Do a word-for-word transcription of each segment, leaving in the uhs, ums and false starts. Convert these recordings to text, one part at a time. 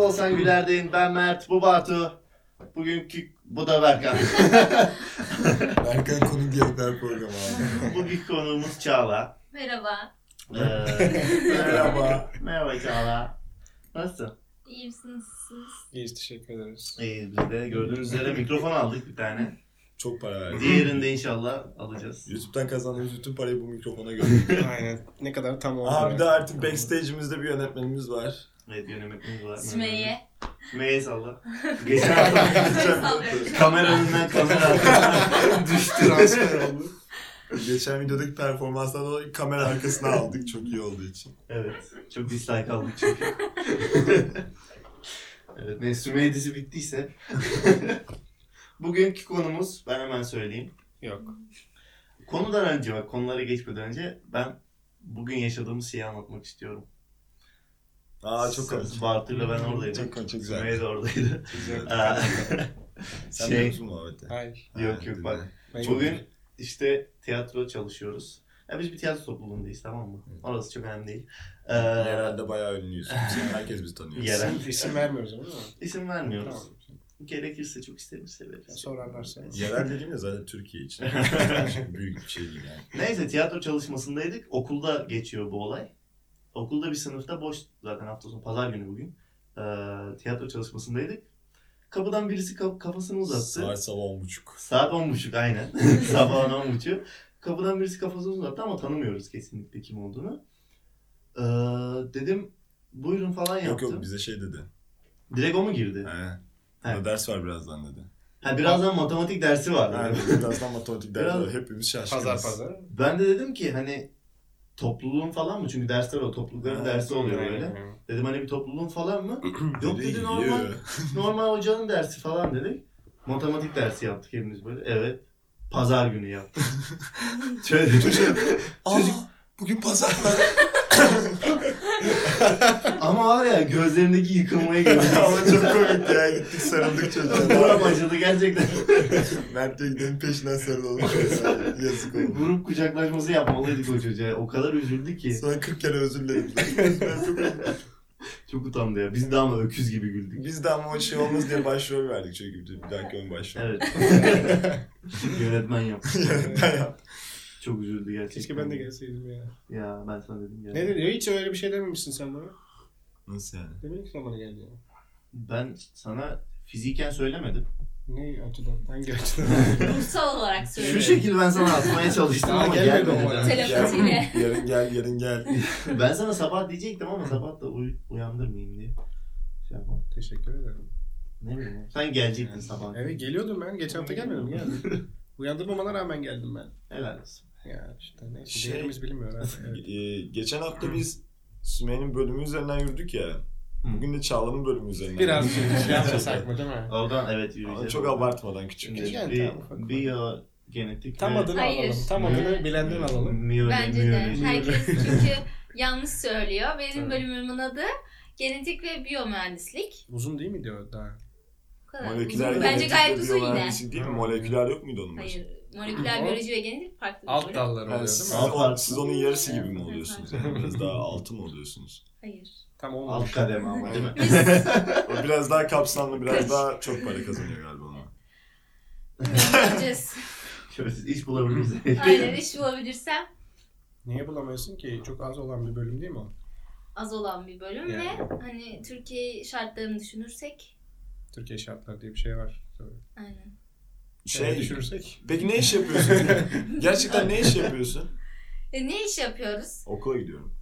Olsan Güler'deyim. Ben Mert, bu Batu. Bugünkü, bu da Berkan. Berkan konuk yapar programı abi. Bugünkü konuğumuz Çağla. Merhaba. Ee, merhaba. Merhaba Çağla. Nasılsın? İyi misiniz siz? İyiyiz, teşekkür ederiz. İyi, biz de gördüğünüz üzere mikrofon aldık bir tane. Çok para verdik. Diğerini de inşallah alacağız. YouTube'dan kazandığımız bütün parayı bu mikrofona gördük. Aynen. Ne kadar tam oldu. Abi de artık backstage'imizde bir yönetmenimiz var. Evet, yönetmenimiz var. Sümeyye. Sümeyye salla. Geçen hafta kamera önünden kamera arkasına düştü. Transfer oldu. Geçen videodaki performanstan dolayı kamera arkasına aldık çok iyi olduğu için. Evet. Çok dislike aldık çünkü. Evet. Ne Sümeyye dizi bittiyse. Bugünkü konumuz, ben hemen söyleyeyim. Yok. Konudan önce bak, konulara geçmeden önce ben bugün yaşadığımız şeyi anlatmak istiyorum. Aa çok komik. Bartu'yla ben oradaydım. Çok komik, çok güzel. Sümeyye de oradaydı. Güzel. Ee, Sen şey- biliyor musun muhabbeti? Hayır. Yok yok bak. Ben Bugün işte tiyatro çalışıyoruz. Ya biz bir tiyatro topluluğundayız, tamam mı? Hı. Orası çok önemli değil. Ee, Yerelde bayağı ünlüyüz. Herkes bizi tanıyor. Yerel. isim, isim vermiyoruz ama değil mi? İsim vermiyoruz. Tamam. Gerekirse çok isteriz, severiz. Sorarlarsa. Yerel dediğim de zaten Türkiye için. Büyük bir şey değil yani. Neyse, tiyatro çalışmasındaydık. Okulda geçiyor bu olay. Okulda bir sınıfta boş, zaten hafta sonu pazar günü bugün. Ee, tiyatro çalışmasındaydık. Kapıdan birisi kaf- kafasını uzattı. Saat sabah on buçuk. Saat on buçuk aynen. Sabahın on buçuk. Kapıdan birisi kafasını uzattı ama tanımıyoruz kesinlikle kim olduğunu. Ee, dedim buyurun falan yaptım. Yok yok bize şey dedi. Direkt o mu girdi? He. He. Buna ders var birazdan dedi. Ha, birazdan matematik dersi var. Yani birazdan matematik dersi Biraz- var. Hepimiz şaşkınız. Pazar pazar. Ben de dedim ki hani topluluğun falan mı? Çünkü dersler o. Toplulukların Ha, dersi oluyor Aynen, öyle. aynen. Dedim hani bir topluluğun falan mı? Yok Dedi, dedi, normal. yiyor. Normal hocanın dersi falan dedik. Matematik dersi yaptık hepimiz böyle. Evet. Pazar günü yaptık. Şöyle Çocuk. Aa, bugün pazar. ama var ya, gözlerindeki yıkılmayı gördüm. Ama çok komikti ya. Gittik sarıldık çocuğa. Buram acıdı gerçekten. Mert'e gidelim peşinden sarılalım. Yazık oldu. Grup kucaklaşması yapmalıydık o çocuğa. O kadar üzüldü ki. Sonra kırk kere özür dilerim. Ben çok üzüldüm. Çok utandı ya. Biz de ama öküz gibi güldük. Biz de ama o şey olmaz diye başrol verdik çünkü bir dahaki ön başrol. Evet. Yönetmen yaptı. Ben yaptım. Çok üzüldü gerçekten. Keşke ben de gelseydim ya. Ya ben sana dedim ya. Ne dedi? Ya hiç öyle bir şey dememişsin sen bana. Nasıl yani? Demek ki bana geldi ya. Ben sana fiziken söylemedim. Ne açıdan? Hangi açıdan? Ruhsal olarak Şu söylüyorum. şekil ben sana atmaya çalıştım Daha ama gelmedi gelmedi. o bana. Telepatiyle. Yarın gel, yarın gel. Ben sana sabah diyecektim ama sabah da uy- uyandırmayayım diye. Şey yapalım. Teşekkür ederim. Ne bileyim. ya. Sen gelecektin sabah. Evet geliyordum ben. Geçen hafta gelmedim. Geldim. Uyandırmamana rağmen geldim ben. Helal olsun. Ya işte neyse. Şey- Değerimiz bilinmiyor abi. Evet. Ee, geçen hafta biz Sümeyye'nin bölümü üzerinden yürüdük ya. Bugün de Çağla'nın bölümü üzerinden. Biraz yürüdük. şey yapmasak mı değil mi? Oradan evet Ama yürüyeceğiz. çok abartmadan küçük Şimdi küçük. Yani bir, tamam, ufak ufak. biyogenetik Tam ve adını Hayır. alalım. Tam Evet. adını bilenden alalım. miyole- Bence de. miyoloji. Herkes çünkü yanlış söylüyor. Benim Tabii. bölümümün adı genetik ve biyomühendislik. Uzun değil mi diyor daha? Bu kadar. Moleküler Uzun. Bence genetik gayet ve uzun yine. biyomühendislik değil mi? Moleküler yok muydu onun başında? Hayır. Moleküler O- biyoloji ve genetik farklı bir Alt bölüm. dalları oluyor Yani değil siz, mi? Alt o- farklı. siz onun yarısı gibi mi oluyorsunuz? Yani? Biraz daha altı mı oluyorsunuz? Hayır. Tam olmamış. Alt kademe ama değil mi? O biraz daha kapsamlı, biraz daha çok para kazanıyor galiba ona. Göreceğiz. Şöyle siz iş bulabilirsiniz. Aynen, iş bulabilirsem Niye bulamıyorsun ki? Çok az olan bir bölüm değil mi o? az olan bir bölüm Yani. ve hani Türkiye şartlarını düşünürsek Türkiye şartları diye bir şey var. Tabii. aynen. Şey, Şey, düşünürsek. peki ne iş yapıyorsun? Gerçekten ne iş yapıyorsun? E, ne iş yapıyoruz? Okula gidiyorum.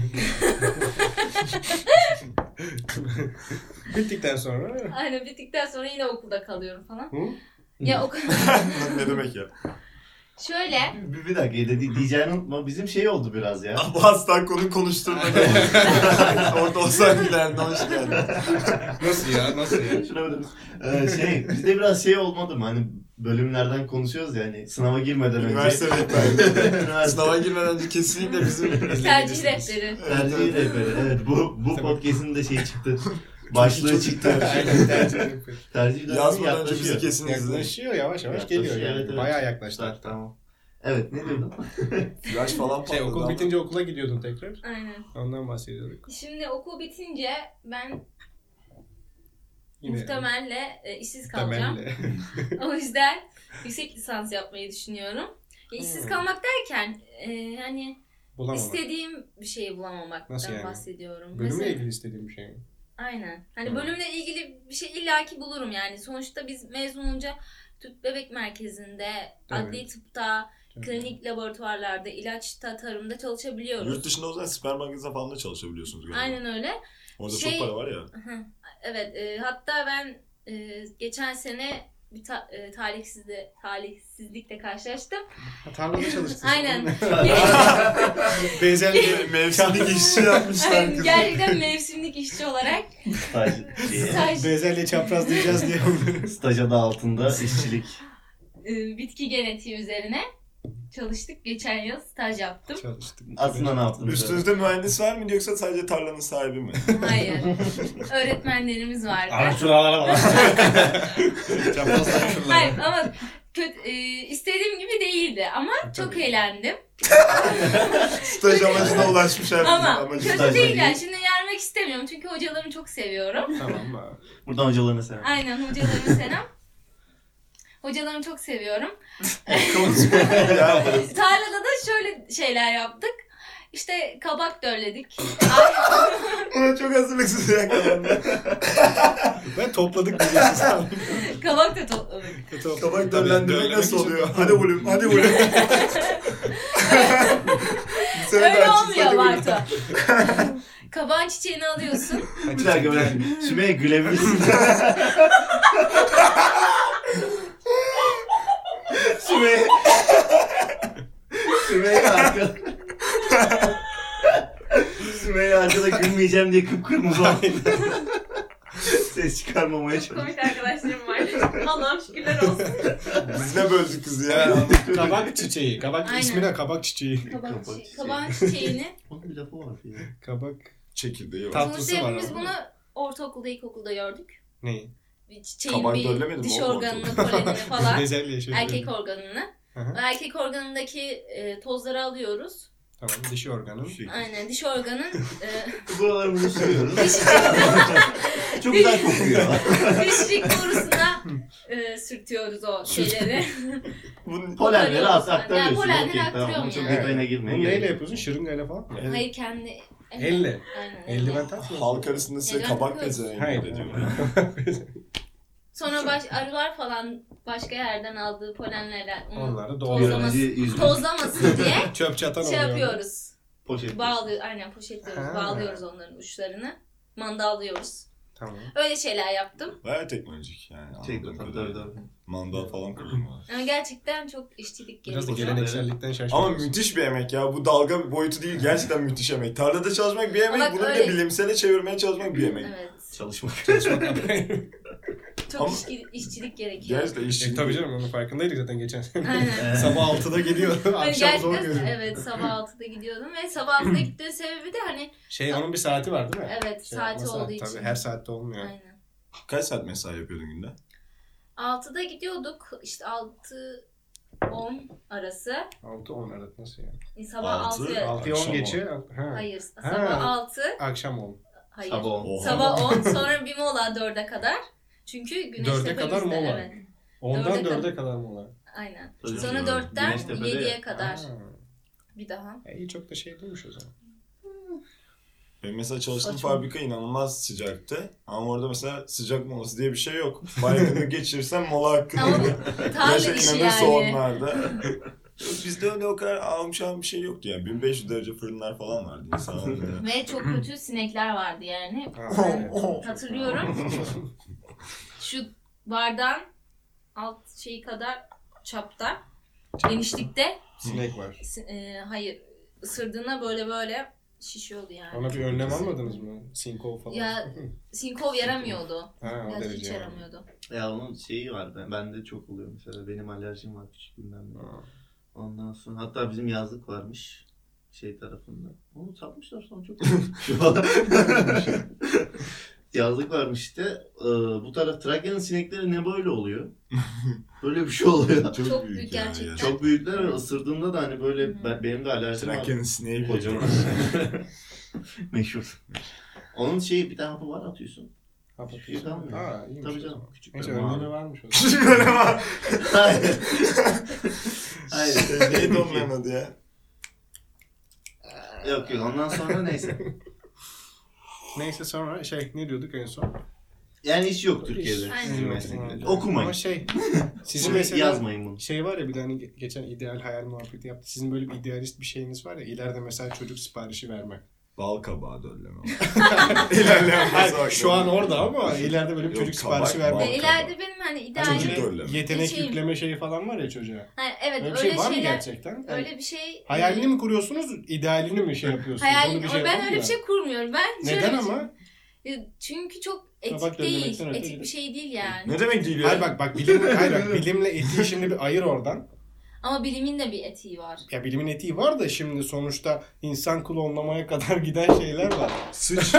Bittikten sonra. Aynen, bittikten sonra yine okulda kalıyorum falan. Hı? Ya o kadar. Ne demek ya? Şöyle. Bir, bir dakika dedi, diyeceğini unutma. Bizim şey oldu biraz ya. Bu hastan konu konuşturmadı. Orada olsan gülerdi, hoş geldin. Nasıl ya? Nasıl ya? Şuna bakın. Ee, şey, bizde biraz şey olmadı mı? Hani bölümlerden konuşuyoruz ya, hani sınava girmeden önce. Üniversite rehberliği. Üniversite Sınava girmeden önce kesinlikle bizim Tercih rehberi. tercih rehberi. Evet, bu bu podcast'in de şey çıktı. Başlığı çıktı. Aynen tercih yapıyor. Tercih dönemi yazmadan önce bizi yaklaşıyor. kesin izleyin. Yaklaşıyor yavaş yavaş Yaklaşıyor, geliyor yani. evet, evet. Bayağı yaklaştı Tamam, hatta. tamam. Evet, ne diyordun? Flash falan patladı. Şey okul ama- bitince okula gidiyordun tekrar. Aynen. Ondan bahsediyorduk. Şimdi okul bitince ben Yine muhtemelle e, işsiz kalacağım. temelli. O yüzden yüksek lisans yapmayı düşünüyorum. Ya, işsiz Hmm. kalmak derken e, yani Bulamamak. istediğim bir şeyi bulamamaktan Nasıl yani? bahsediyorum. Bölümle Mesela- ilgili istediğim bir şey mi? Aynen. Hani Hmm. bölümle ilgili bir şey illaki bulurum yani. Sonuçta biz mezun olunca Tüp Bebek Merkezi'nde, adli Evet. tıpta, Evet. klinik laboratuvarlarda, ilaçta, tarımda çalışabiliyoruz. Yurt dışında o zaman sperm bankasında falan da çalışabiliyorsunuz galiba. Aynen öyle. Orada Şey- çok para var ya. Hı, evet. E, hatta ben e, geçen sene bir ta- e, talihsizlikle, talihsizlikle karşılaştım. Ha, tarlada çalıştın. Aynen. Bezelye. Mevsimlik işçi yapmışlar Aynen, kızı. gerçekten mevsimlik işçi olarak Staj, şeye, staj, Bezelye çaprazlayacağız diye. staj adı altında işçilik. e, bitki genetiği üzerine çalıştık. Geçen yıl staj yaptım. Çalıştık. Aslında ne yaptınız? Üstünüzde mühendis var mıydı yoksa sadece tarlanın sahibi mi? Hayır. Öğretmenlerimiz vardı. Şuralara bak. Çaprazlar şuralara. Hayır ama kötü, e, istediğim gibi değildi ama çok Tabii. eğlendim. Staj amacına ulaşmış herkes. Ama amacına. kötü Stajda değil değil. yani. Şimdi yermek istemiyorum çünkü hocalarımı çok seviyorum. Tamam abi. Buradan hocalarına selam. Aynen, hocalarıma selam. Hocalarımı çok seviyorum. Konuşma ya. Tarlada da şöyle şeyler yaptık. İşte kabak dölledik. Ona çok hazırlıksız yakalandı. Ben topladık diyeceksin sandım. Kabak da topladık. Kabak döllendirmek nasıl oluyor? Hadi oğlum, hadi oğlum. Sen de Öyle açsın, olmuyor hadi oğlum. Bartu. Kabağın çiçeğini alıyorsun. Bir dakika böyle Sümeyye gülebilirsin. Sümeyye. Sümeyye arkada. Sümeyye arkada gülmeyeceğim diye kıpkırmızı oldu. Ses çıkarmamaya çalışıyor. Komik arkadaşlarım var. Allah'ım şükürler olsun. Biz ne böldük kızı ya? Kabak çiçeği. Kabak Aynen. ismi ne? Kabak çiçeği. Kabak Kabak çiçeği. çiçeği. Kabağın çiçeğini. Onun bir lafı var ya. Kabak. Çekirdeği var. Tatlısı Sonuçta var hepimiz ama. bunu ortaokulda, ilkokulda gördük. Neyi? Bir çiçeğin Kabak bir döllemedin mi diş oğlum organını, polenini falan. Bezelye şey. Erkek organını. Hı hı. Ve erkek organındaki e, tozları alıyoruz. Tamam, dişi organın. Aynen, diş organın e, Buralarımızı sürüyoruz. dişicik, Çok güzel kokuyor. dişicik borusuna e, sürtüyoruz o şeyleri. Bunun Polenleri at, Yani aktarıyorsun. polenleri Okey, aktarıyorum tamam. Çok yani. detayına Bunu girmeyin. neyle gerek yok. yapıyorsun? Şırıngayla falan mı? Hayır, kendi Elle. Aynen. Eldiven takmıyorsun. halk arasında size Neden kabak takıyorsun? pezevengi Hayır. diyorlar. Sonra baş, arılar falan başka yerden aldığı polenlerle onu Onlar da doğru. tozlaması, Yüzde yüz. tozlamasın diye Çöp çatan şey oluyor. yapıyoruz. Poşet. Bağlıyor, aynen poşetliyoruz, Ha. bağlıyoruz onların uçlarını. Mandallıyoruz. Tamam. Öyle şeyler yaptım. Bayağı teknolojik yani. Çek anladığım tabii kadarıyla. tabii. Mandal falan kullanıyorlar. Ama gerçekten çok işçilik Biraz da gerekiyor. geleneksellikten şaşırıyoruz. Ama müthiş bir emek ya. Bu dalga boyutu değil. Gerçekten müthiş emek. Tarlada çalışmak bir emek. Bak Bunu bir öyle- de bilimsele çevirmeye çalışmak bir emek. Evet. Çalışmak. Çok Ama- işçi- işçilik gerekiyor. Gerçekten işçilik. E, tabii canım, onun farkındaydık zaten geçen sene. Aynen. Sabah altıda gidiyor, Hani akşam zor gerçekten görüyor. evet, sabah altıda gidiyordum ve sabah altıda gittiğim sebebi de hani Şey, onun bir saati var değil mi? evet Şey saati yapmasa- olduğu için. Tabii her saatte olmuyor. Aynen. Kaç saat mesai yapıyordun günde? altıda gidiyorduk işte altı on arası. altı on arası nasıl yani? Sabah Altı, altı. altıya on Akşam geçe. Ha. Hayır, Ha. sabah altı. Akşam on. Hayır. Sabah on. Oha. Sabah on, sonra bir mola dörde kadar. Çünkü güneş Dörde kadar tepemizde, mola. evet. Ondan Dörde dörde kadar mola. Aynen. Tabii Sonra canım. dörtten Güneş tepede yediye ya. kadar Ha. bir daha. E, iyi, çok da şey değilmiş o zaman. Benim mesela çalıştığım Saçma. fabrika inanılmaz sıcaktı. Ama orada mesela sıcak molası diye bir şey yok. Baygınlık geçirirsem mola hakkında. Ama oluyor. tarla Gerçekten işi inanırsa yani. onlarda. Bizde öyle o kadar almışan bir şey yoktu yani. bin beş yüz derece fırınlar falan vardı insanların. Ve çok kötü sinekler vardı yani. Ha, Ben evet. hatırlıyorum. Şu bardağın alt şeyi kadar çapta, genişlikte, Sinek var. e, hayır, ısırdığına böyle böyle şişiyordu yani. Ona bir önlem almadınız mı? Sinkov falan. Ya, Sinkov yaramıyordu. Ha, o Ya hiç derece yani. yaramıyordu. Ya onun şeyi var. Ben, bende çok oluyor mesela. Benim alerjim var küçüklüğümden beri. Ha. Ondan sonra hatta bizim yazlık varmış şey tarafında. Onu satmışlar sonra çok şu an. Yazlık varmış işte. Ee, bu taraf Trakya'nın sinekleri ne böyle oluyor? Böyle bir şey oluyor. Çok, Çok büyük, büyük ya, gerçekten. Çok büyükler ve ısırdığında da hani böyle Hı hı. ben, benim de alerjim var. Trakya'nın sineği bile Kocaman. Meşhur. Onun şeyi bir tane hapı var atıyorsun. Hiçbir şey kalmıyor. Aa iyiymiş. Tabii o canım. zaman. Küçük Neyse bir önlemi mavi. varmış o zaman. Böyle var. Hayır. Hayır. Neydi onun adı ya? Yok yok ondan sonra neyse. Neyse sonra şey ne diyorduk en son? Yani iş yok Türkiye'de. Aynen. Sizin Evet, mesleklerde. evet. Okumayın. Ama şey sizin Bunu mesela yazmayın bunu. şey var ya bir de hani geçen ideal hayal muhabbeti yaptı. Sizin böyle bir idealist bir şeyiniz var ya ileride mesela çocuk siparişi vermek. Bal kabağı dölleme. İlerleyen Hayır, şu an orada ama ileride böyle bir Yok, çocuk kabak, siparişi bal. Ve vermek. ileride benim hani ideal... Çocuk Hani dölleme. yetenek Şeyim. yükleme şeyi falan var ya çocuğa. Ha, evet Öyle bir öyle şey var mı şeyler... gerçekten? Yani Öyle bir şey... hayalini mi kuruyorsunuz, idealini mi şey yapıyorsunuz? Hayal, Onu bir şey ama ben yapalım öyle da. bir şey kurmuyorum. Ben şöyle Neden bir şey- ama? Ya çünkü çok Kabak etik değil. dönmekten öte Etik değil. bir şey değil yani. Ne demek değil ya? Hayır bak bak bilim, hayır bak bilimle etiği şimdi bir ayır oradan. Ama bilimin de bir etiği var. Ya bilimin etiği var da şimdi sonuçta insan klonlamaya kadar giden şeyler var. Sıç.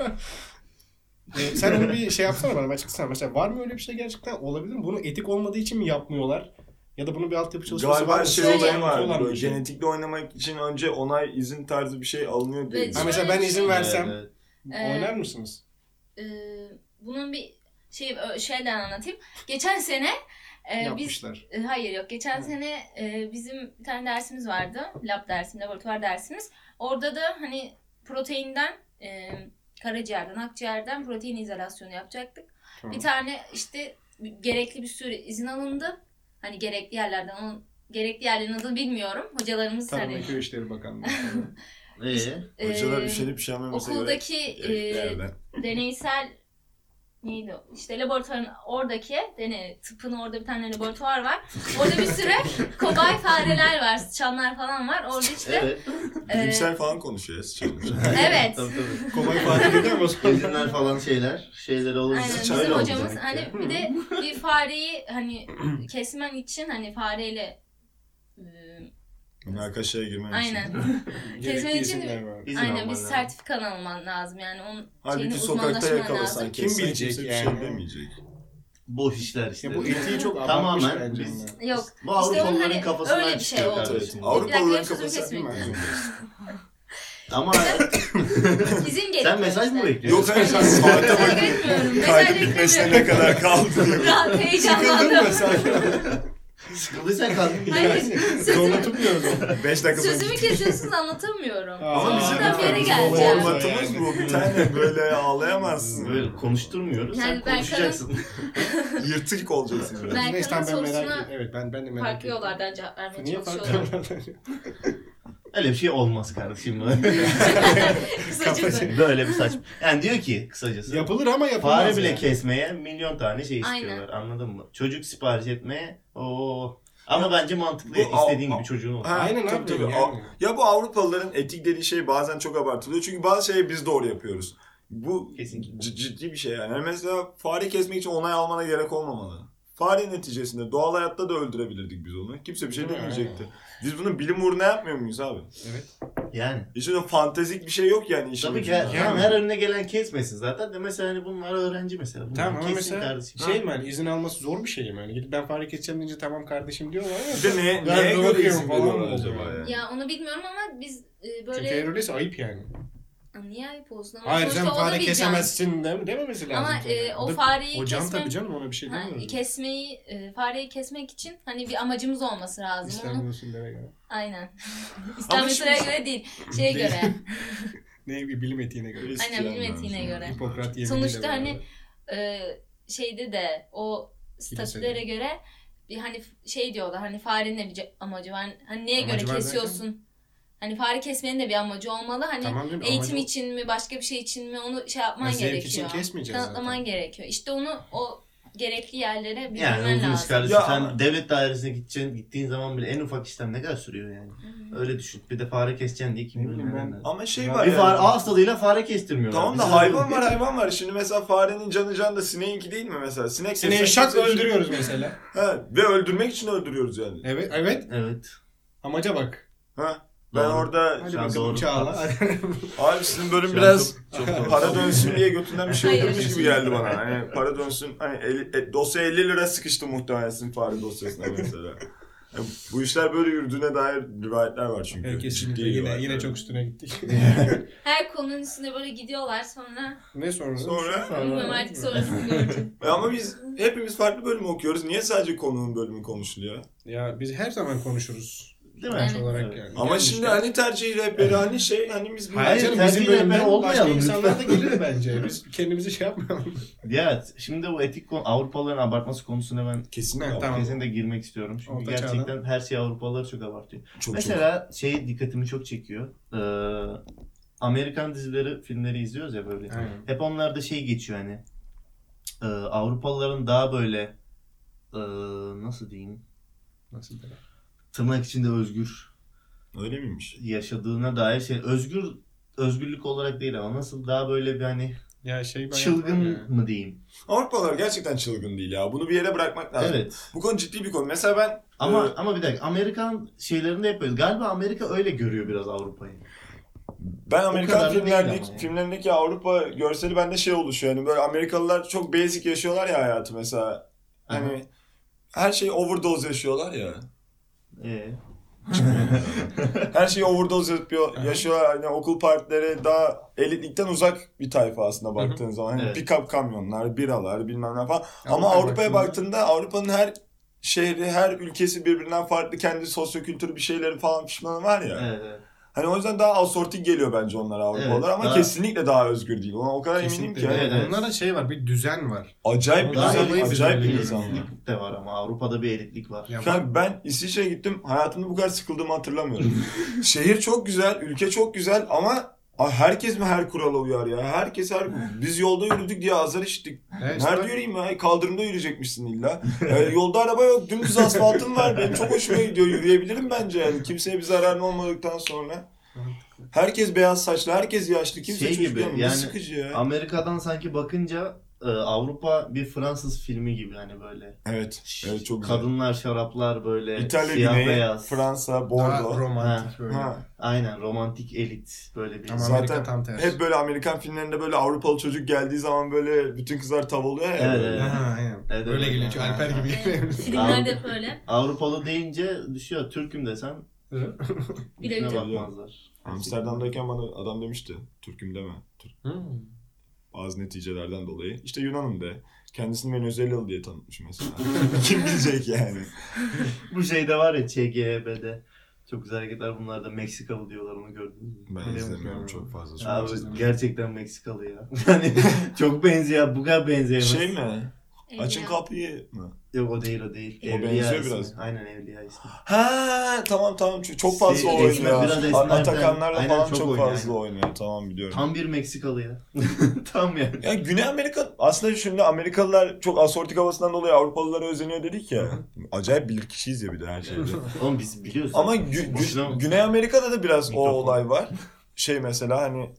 Ee, sen onu bir şey yapsana bana açıklasana. Mesela var mı öyle bir şey gerçekten olabilir mi? Bunu etik olmadığı için mi yapmıyorlar? Ya da bunun bir altyapı çalışması var Galiba mı? şey Şöyle- olayı Olan var. bir Böyle şey. genetikle oynamak için önce onay izin tarzı bir şey alınıyor diye. Ve- Ha mesela ben izin versem Evet, Ee, oynar mısınız? Ee, bunun bir şey ö- şeyden anlatayım. Geçen sene e, biz Yapmışlar. e, hayır yok. Geçen Hı. sene e, bizim bir tane dersimiz vardı. Lab dersim, laboratuvar dersimiz. Orada da hani proteinden e, karaciğerden, akciğerden protein izolasyonu yapacaktık. Tamam. Bir tane işte gerekli bir sürü izin alındı. Hani gerekli yerlerden onun gerekli yerlerin adını bilmiyorum. Hocalarımız Tarım hani ve Köy İşleri Bakanlığı. Ee, e, Hocalar üşenip üşenmemesi okuldaki e, Yerler. deneysel neydi o? İşte laboratuvarın oradaki deney tıpın orada bir tane laboratuvar var. Orada bir sürü kobay fareler var, sıçanlar falan var. Orada işte evet. e, Bilimsel falan konuşuyor ya sıçanlar. evet. Tabii tabii. Kolay fark ediyor ama sonra. İzinler falan şeyler. Şeyleri olursa Aynen sıçan bizim öyle hocamız olacak hani ya. bir de bir fareyi hani kesmen için hani fareyle e, Münakaşaya girmen için. aynen. Gerekli Kesmen için- izinler var. İzin Aynen alman bir lazım. sertifikan alman lazım yani onun şeyini Halbuki sokakta uzmanlaşman yakalasan lazım. Kim kessen bilecek kimse bir yani? şey demeyecek. Boş işler işte. Ya bu etiği çok abartmış Tamamen bence. biz- bunlar. Yok. Bu İşte onun Avrupalıların hani kafasından öyle bir şey çıkıyor oldu. kardeşim. Bir Avrupalıların dakika, sözümü kafası kesmeyin. değil mi? Ama İzin gerekiyor. sen mesaj mı işte. bekliyorsun? Yok hayır sen saate Mesaj bak. bekliyorum. Mesaj Kaydı bitmesine ne beklemiyorum. kadar kaldı diyor. Rahat Sıkıldın heyecanlandım. mı sen? Sıkıldıysan kalkın Hayır. gidersin. Zorla tutmuyoruz onu. beş dakika sonra Sözümü kesiyorsunuz anlatamıyorum. Ama bizim Oradan bir yere bizim geleceğim. formatımız bu. Bir tane böyle ağlayamazsın. Böyle konuşturmuyoruz. Yani sen ben konuşacaksın. Yırtık olacaksın biraz. Ben- Neyse tamam, ben sorusuna merak ettim. Evet ben ben de merak Farklı ettim. yollardan cevap vermeye Niye farklı çalışıyorum. yollardan? Öyle bir şey olmaz kardeşim. Kısacası. Böyle bir saçma. Yani diyor ki kısacası. Yapılır ama yapılmaz. Fare bile yani. kesmeye milyon tane şey Aynen. istiyorlar. Anladın mı? Çocuk sipariş etmeye. Oo. Ama bence mantıklı. Bu- istediğin a- gibi çocuğun olsun. Ha, Aynen tabii, abi. tabii. Yani. Ya bu Avrupalıların etik dediği şey bazen çok abartılıyor. Çünkü bazı şeyleri biz doğru yapıyoruz. Bu Kesinlikle. c- ciddi bir şey yani. Yani mesela fare kesmek için onay almana gerek olmamalı. Fare neticesinde doğal hayatta da öldürebilirdik biz onu. Kimse bir şey Değil mi? demeyecekti. Biz bunu bilim uğruna yapmıyor muyuz abi? Evet. Yani. İçinde fantezik bir şey yok yani işin Tabii ki ucunda. her, Yani. tamam, her önüne gelen kesmesin zaten de mesela hani bunlar öğrenci mesela. Bunlar Tamam ama kessin mesela kardeşim. şey mi hani izin alması zor bir şey mi? Hani gidip ben fare keseceğim deyince tamam kardeşim diyorlar ama. Bir de neye, Ben neye göre bırakıyorum izin falan veriyorlar mı acaba oluyor? yani? Ya onu bilmiyorum ama biz e, Çünkü böyle... eğer öyleyse ayıp yani. Niye ayıp olsun ama Hayır sen sonuçta o da fare bir can. kesemezsin de, dememesi lazım. Ama sana. e, o Da- fareyi O can kesmek... tabii canım ona bir şey Ha, demiyoruz. kesmeyi, e, fareyi kesmek için hani bir amacımız olması lazım. İslam Onu, usulüne göre. aynen. İslam Ama usulüne şimdi- göre değil, şeye Değil. göre. Ne bir bilim etiğine göre. Hristiyan Aynen, bilim lazım. etiğine göre. Hipokrat yeminiyle Sonuçta beraber. hani e, şeyde de o statülere göre bir hani şey diyorlar hani farenin de bir ce- amacı var. Hani neye Amacı göre var kesiyorsun? Hani fare kesmenin de bir amacı olmalı. Hani Tamam değil mi? eğitim Amacı- için mi başka bir şey için mi onu şey yapman Yani zevk gerekiyor. için kesmeyeceğiz Kanıtlaman zaten. gerekiyor. İşte onu o gerekli yerlere bildirmen Yani uzun iş lazım. kardeşim. Ya Sen ama- devlet dairesine gideceksin, gittiğin zaman bile en ufak işlem ne kadar sürüyor yani. Öyle düşün. Bir de fare keseceksin diye kim Ne bilir bileyim neler ben- neler. Ama şey Ya var Bir yani. fare ağız tadıyla fare kestirmiyorlar. Tamam Biz da hayvan var hayvan var. Şimdi mesela farenin canı can da sineğinki değil mi mesela? Sinek Sineği kesmek şak kimse bir şey- öldürüyoruz mesela. Ha, ve öldürmek için öldürüyoruz yani. Evet evet. Evet. Amaca bak. Ha. Ben Doğru. orada Hadi Şu an bakalım doğru. Çağla. abi sizin bölüm Şu an biraz çok- çok doğru. para dönsün diye götünden bir şey Hayır. yapmış gibi geldi bana. Hani para dönsün hani elli- e, dosya elli lira sıkıştı muhtemelen sizin fare dosyasına mesela. Yani bu işler böyle yürüdüğüne dair rivayetler var çünkü. Evet, kesinlikle. Ciddi Yine, rivayetler. yine çok üstüne gittik. Her konunun üstüne böyle gidiyorlar sonra. Ne sonra? Sonra? Bilmiyorum artık sonrasını göreceğiz. E Ama biz hepimiz farklı bölüm okuyoruz. Niye sadece konunun bölümü konuşuluyor? Ya biz her zaman konuşuruz. Değil mi? Evet. Olarak Evet. yani. Ama Gelmişken- şimdi hani tercih rehberi hani şey hani biz... Hayır Hayır, canım tercih bizim bölümden rehberi başka olmayalım insanlar da lütfen. gelir bence. Biz kendimizi şey yapmayalım. Ya şimdi bu etik konu, Avrupalıların abartması konusuna ben Kesinlikle. Evet, tamam. kesinlikle girmek istiyorum. Çünkü Orta gerçekten çağda. her şeyi Avrupalılar çok abartıyor. Çok Mesela şey dikkatimi çok çekiyor. Ee, Amerikan dizileri, filmleri izliyoruz ya böyle. Aynen. Hep onlarda şey geçiyor hani. E, Avrupalıların daha böyle e, nasıl diyeyim? Nasıl demek? Tırnak içinde özgür çok. Öyle miymiş? yaşadığına dair şey. Özgür özgürlük olarak değil ama nasıl daha böyle bir hani Ya şey ben çılgın yapmam ya. mı diyeyim? Avrupalılar gerçekten çılgın değil ya. Bunu bir yere bırakmak lazım. Evet. Bu konu ciddi bir konu. Mesela ben... Ama e, ama bir dakika Amerikan şeylerinde yapıyoruz. Galiba Amerika öyle görüyor biraz Avrupa'yı. Ben Amerikan kadar da değil filmlerindeki, ama yani. filmlerindeki Avrupa görseli bende şey oluşuyor. Yani böyle Amerikalılar çok basic yaşıyorlar ya hayatı mesela. Hani her şeyi overdose yaşıyorlar ya. Ee, Her şeyi overdose yapıyor, yaşıyorlar. Hani okul partileri daha elitlikten uzak bir tayfa aslında baktığın zaman. Hani Evet. pick-up kamyonlar, biralar bilmem ne falan. Ama Avrupa'ya Avrupa'ya baktığında- baktığında Avrupa'nın her şehri, her ülkesi birbirinden farklı. Kendi sosyokültürü bir şeyleri falan pişmanı var ya. evet, evet. Hani o yüzden daha asortik geliyor bence onlara Avrupalılar Evet, ama daha- kesinlikle daha özgür değil. Ona o kadar eminim Kesinlikle. ki. Evet, Yani evet. Onlarda şey var, bir düzen var. acayip bir Daha düzen, dolayı acayip bir düzenli insan var. Elitlik de var ama Avrupa'da bir elitlik var. Ya Kanka ben İsviçre'ye gittim. Hayatımda bu kadar sıkıldığımı hatırlamıyorum. Şehir çok güzel, ülke çok güzel ama Aa, herkes mi her kurala uyar ya? Herkes her... Biz yolda yürüdük diye azar işittik. Ya işte Nerede bak- yürüyeyim ya? Kaldırımda yürüyecekmişsin illa. Yani yolda araba yok. Dümdüz asfaltım var. Benim çok hoşuma gidiyor. Yürüyebilirim bence yani. Kimseye bir zararın olmadıktan sonra. Herkes beyaz saçlı, herkes yaşlı. Kimse Şey çocuk gibi, yani. Ne yani sıkıcı ya. Amerika'dan sanki bakınca e, Avrupa bir Fransız filmi gibi hani böyle. Evet. Evet çok güzel. Kadınlar, şaraplar böyle İtalya, siyah Güney, beyaz. Fransa, Daha Bordo. romantik böyle. Ha. Aynen romantik elit böyle bir. Ama Zaten Amerika tam tersi. Hep böyle Amerikan filmlerinde böyle Avrupalı çocuk geldiği zaman böyle bütün kızlar tav oluyor ya. Evet, böyle. evet. Ha, aynen. Evet, Öyle evet. geliyor. Çünkü Alper gibi geliyor. Filmlerde hep öyle. Avrupalı deyince düşüyor. Türk'üm desen Bile üstüne bile. bakmazlar. Amsterdam'dayken bana adam demişti. Türk'üm deme. Türk. Hmm. Bazı neticelerden dolayı. İşte Yunan'ım de. Kendisini Venezuelalı diye tanıtmış mesela. Kim bilecek yani. Bu şeyde var ya Ç G H B'de. Çok güzel hareketler bunlar da Meksikalı diyorlar onu gördünüz mü? Ben Öyle izlemiyorum mi? çok fazla. Çok Abi izlemiyorum. gerçekten Meksikalı ya. Yani çok benziyor. Bu kadar benzeyemez. Şey mi? Açın Evliya. kapıyı mı? Yok o değil o değil. O Evliya benziyor ismi. biraz. Aynen Evliya ismi. Ha tamam tamam çok fazla Şey, oynuyor. esmer, biraz esmer, Atakanlarla aynen, falan çok çok, oynuyor, fazla aynen. oynuyor. Tamam biliyorum. Tam bir Meksikalı ya. Tam yani. Ya Güney Amerika aslında şimdi Amerikalılar çok asortik havasından dolayı Avrupalılara özeniyor dedik ya. Acayip bilirkişiyiz ya bir de her şeyde. Oğlum biz biliyoruz. Ama Gü- Gü- Boşuna- Güney Amerika'da da biraz Mikrofon. o olay var. Şey mesela hani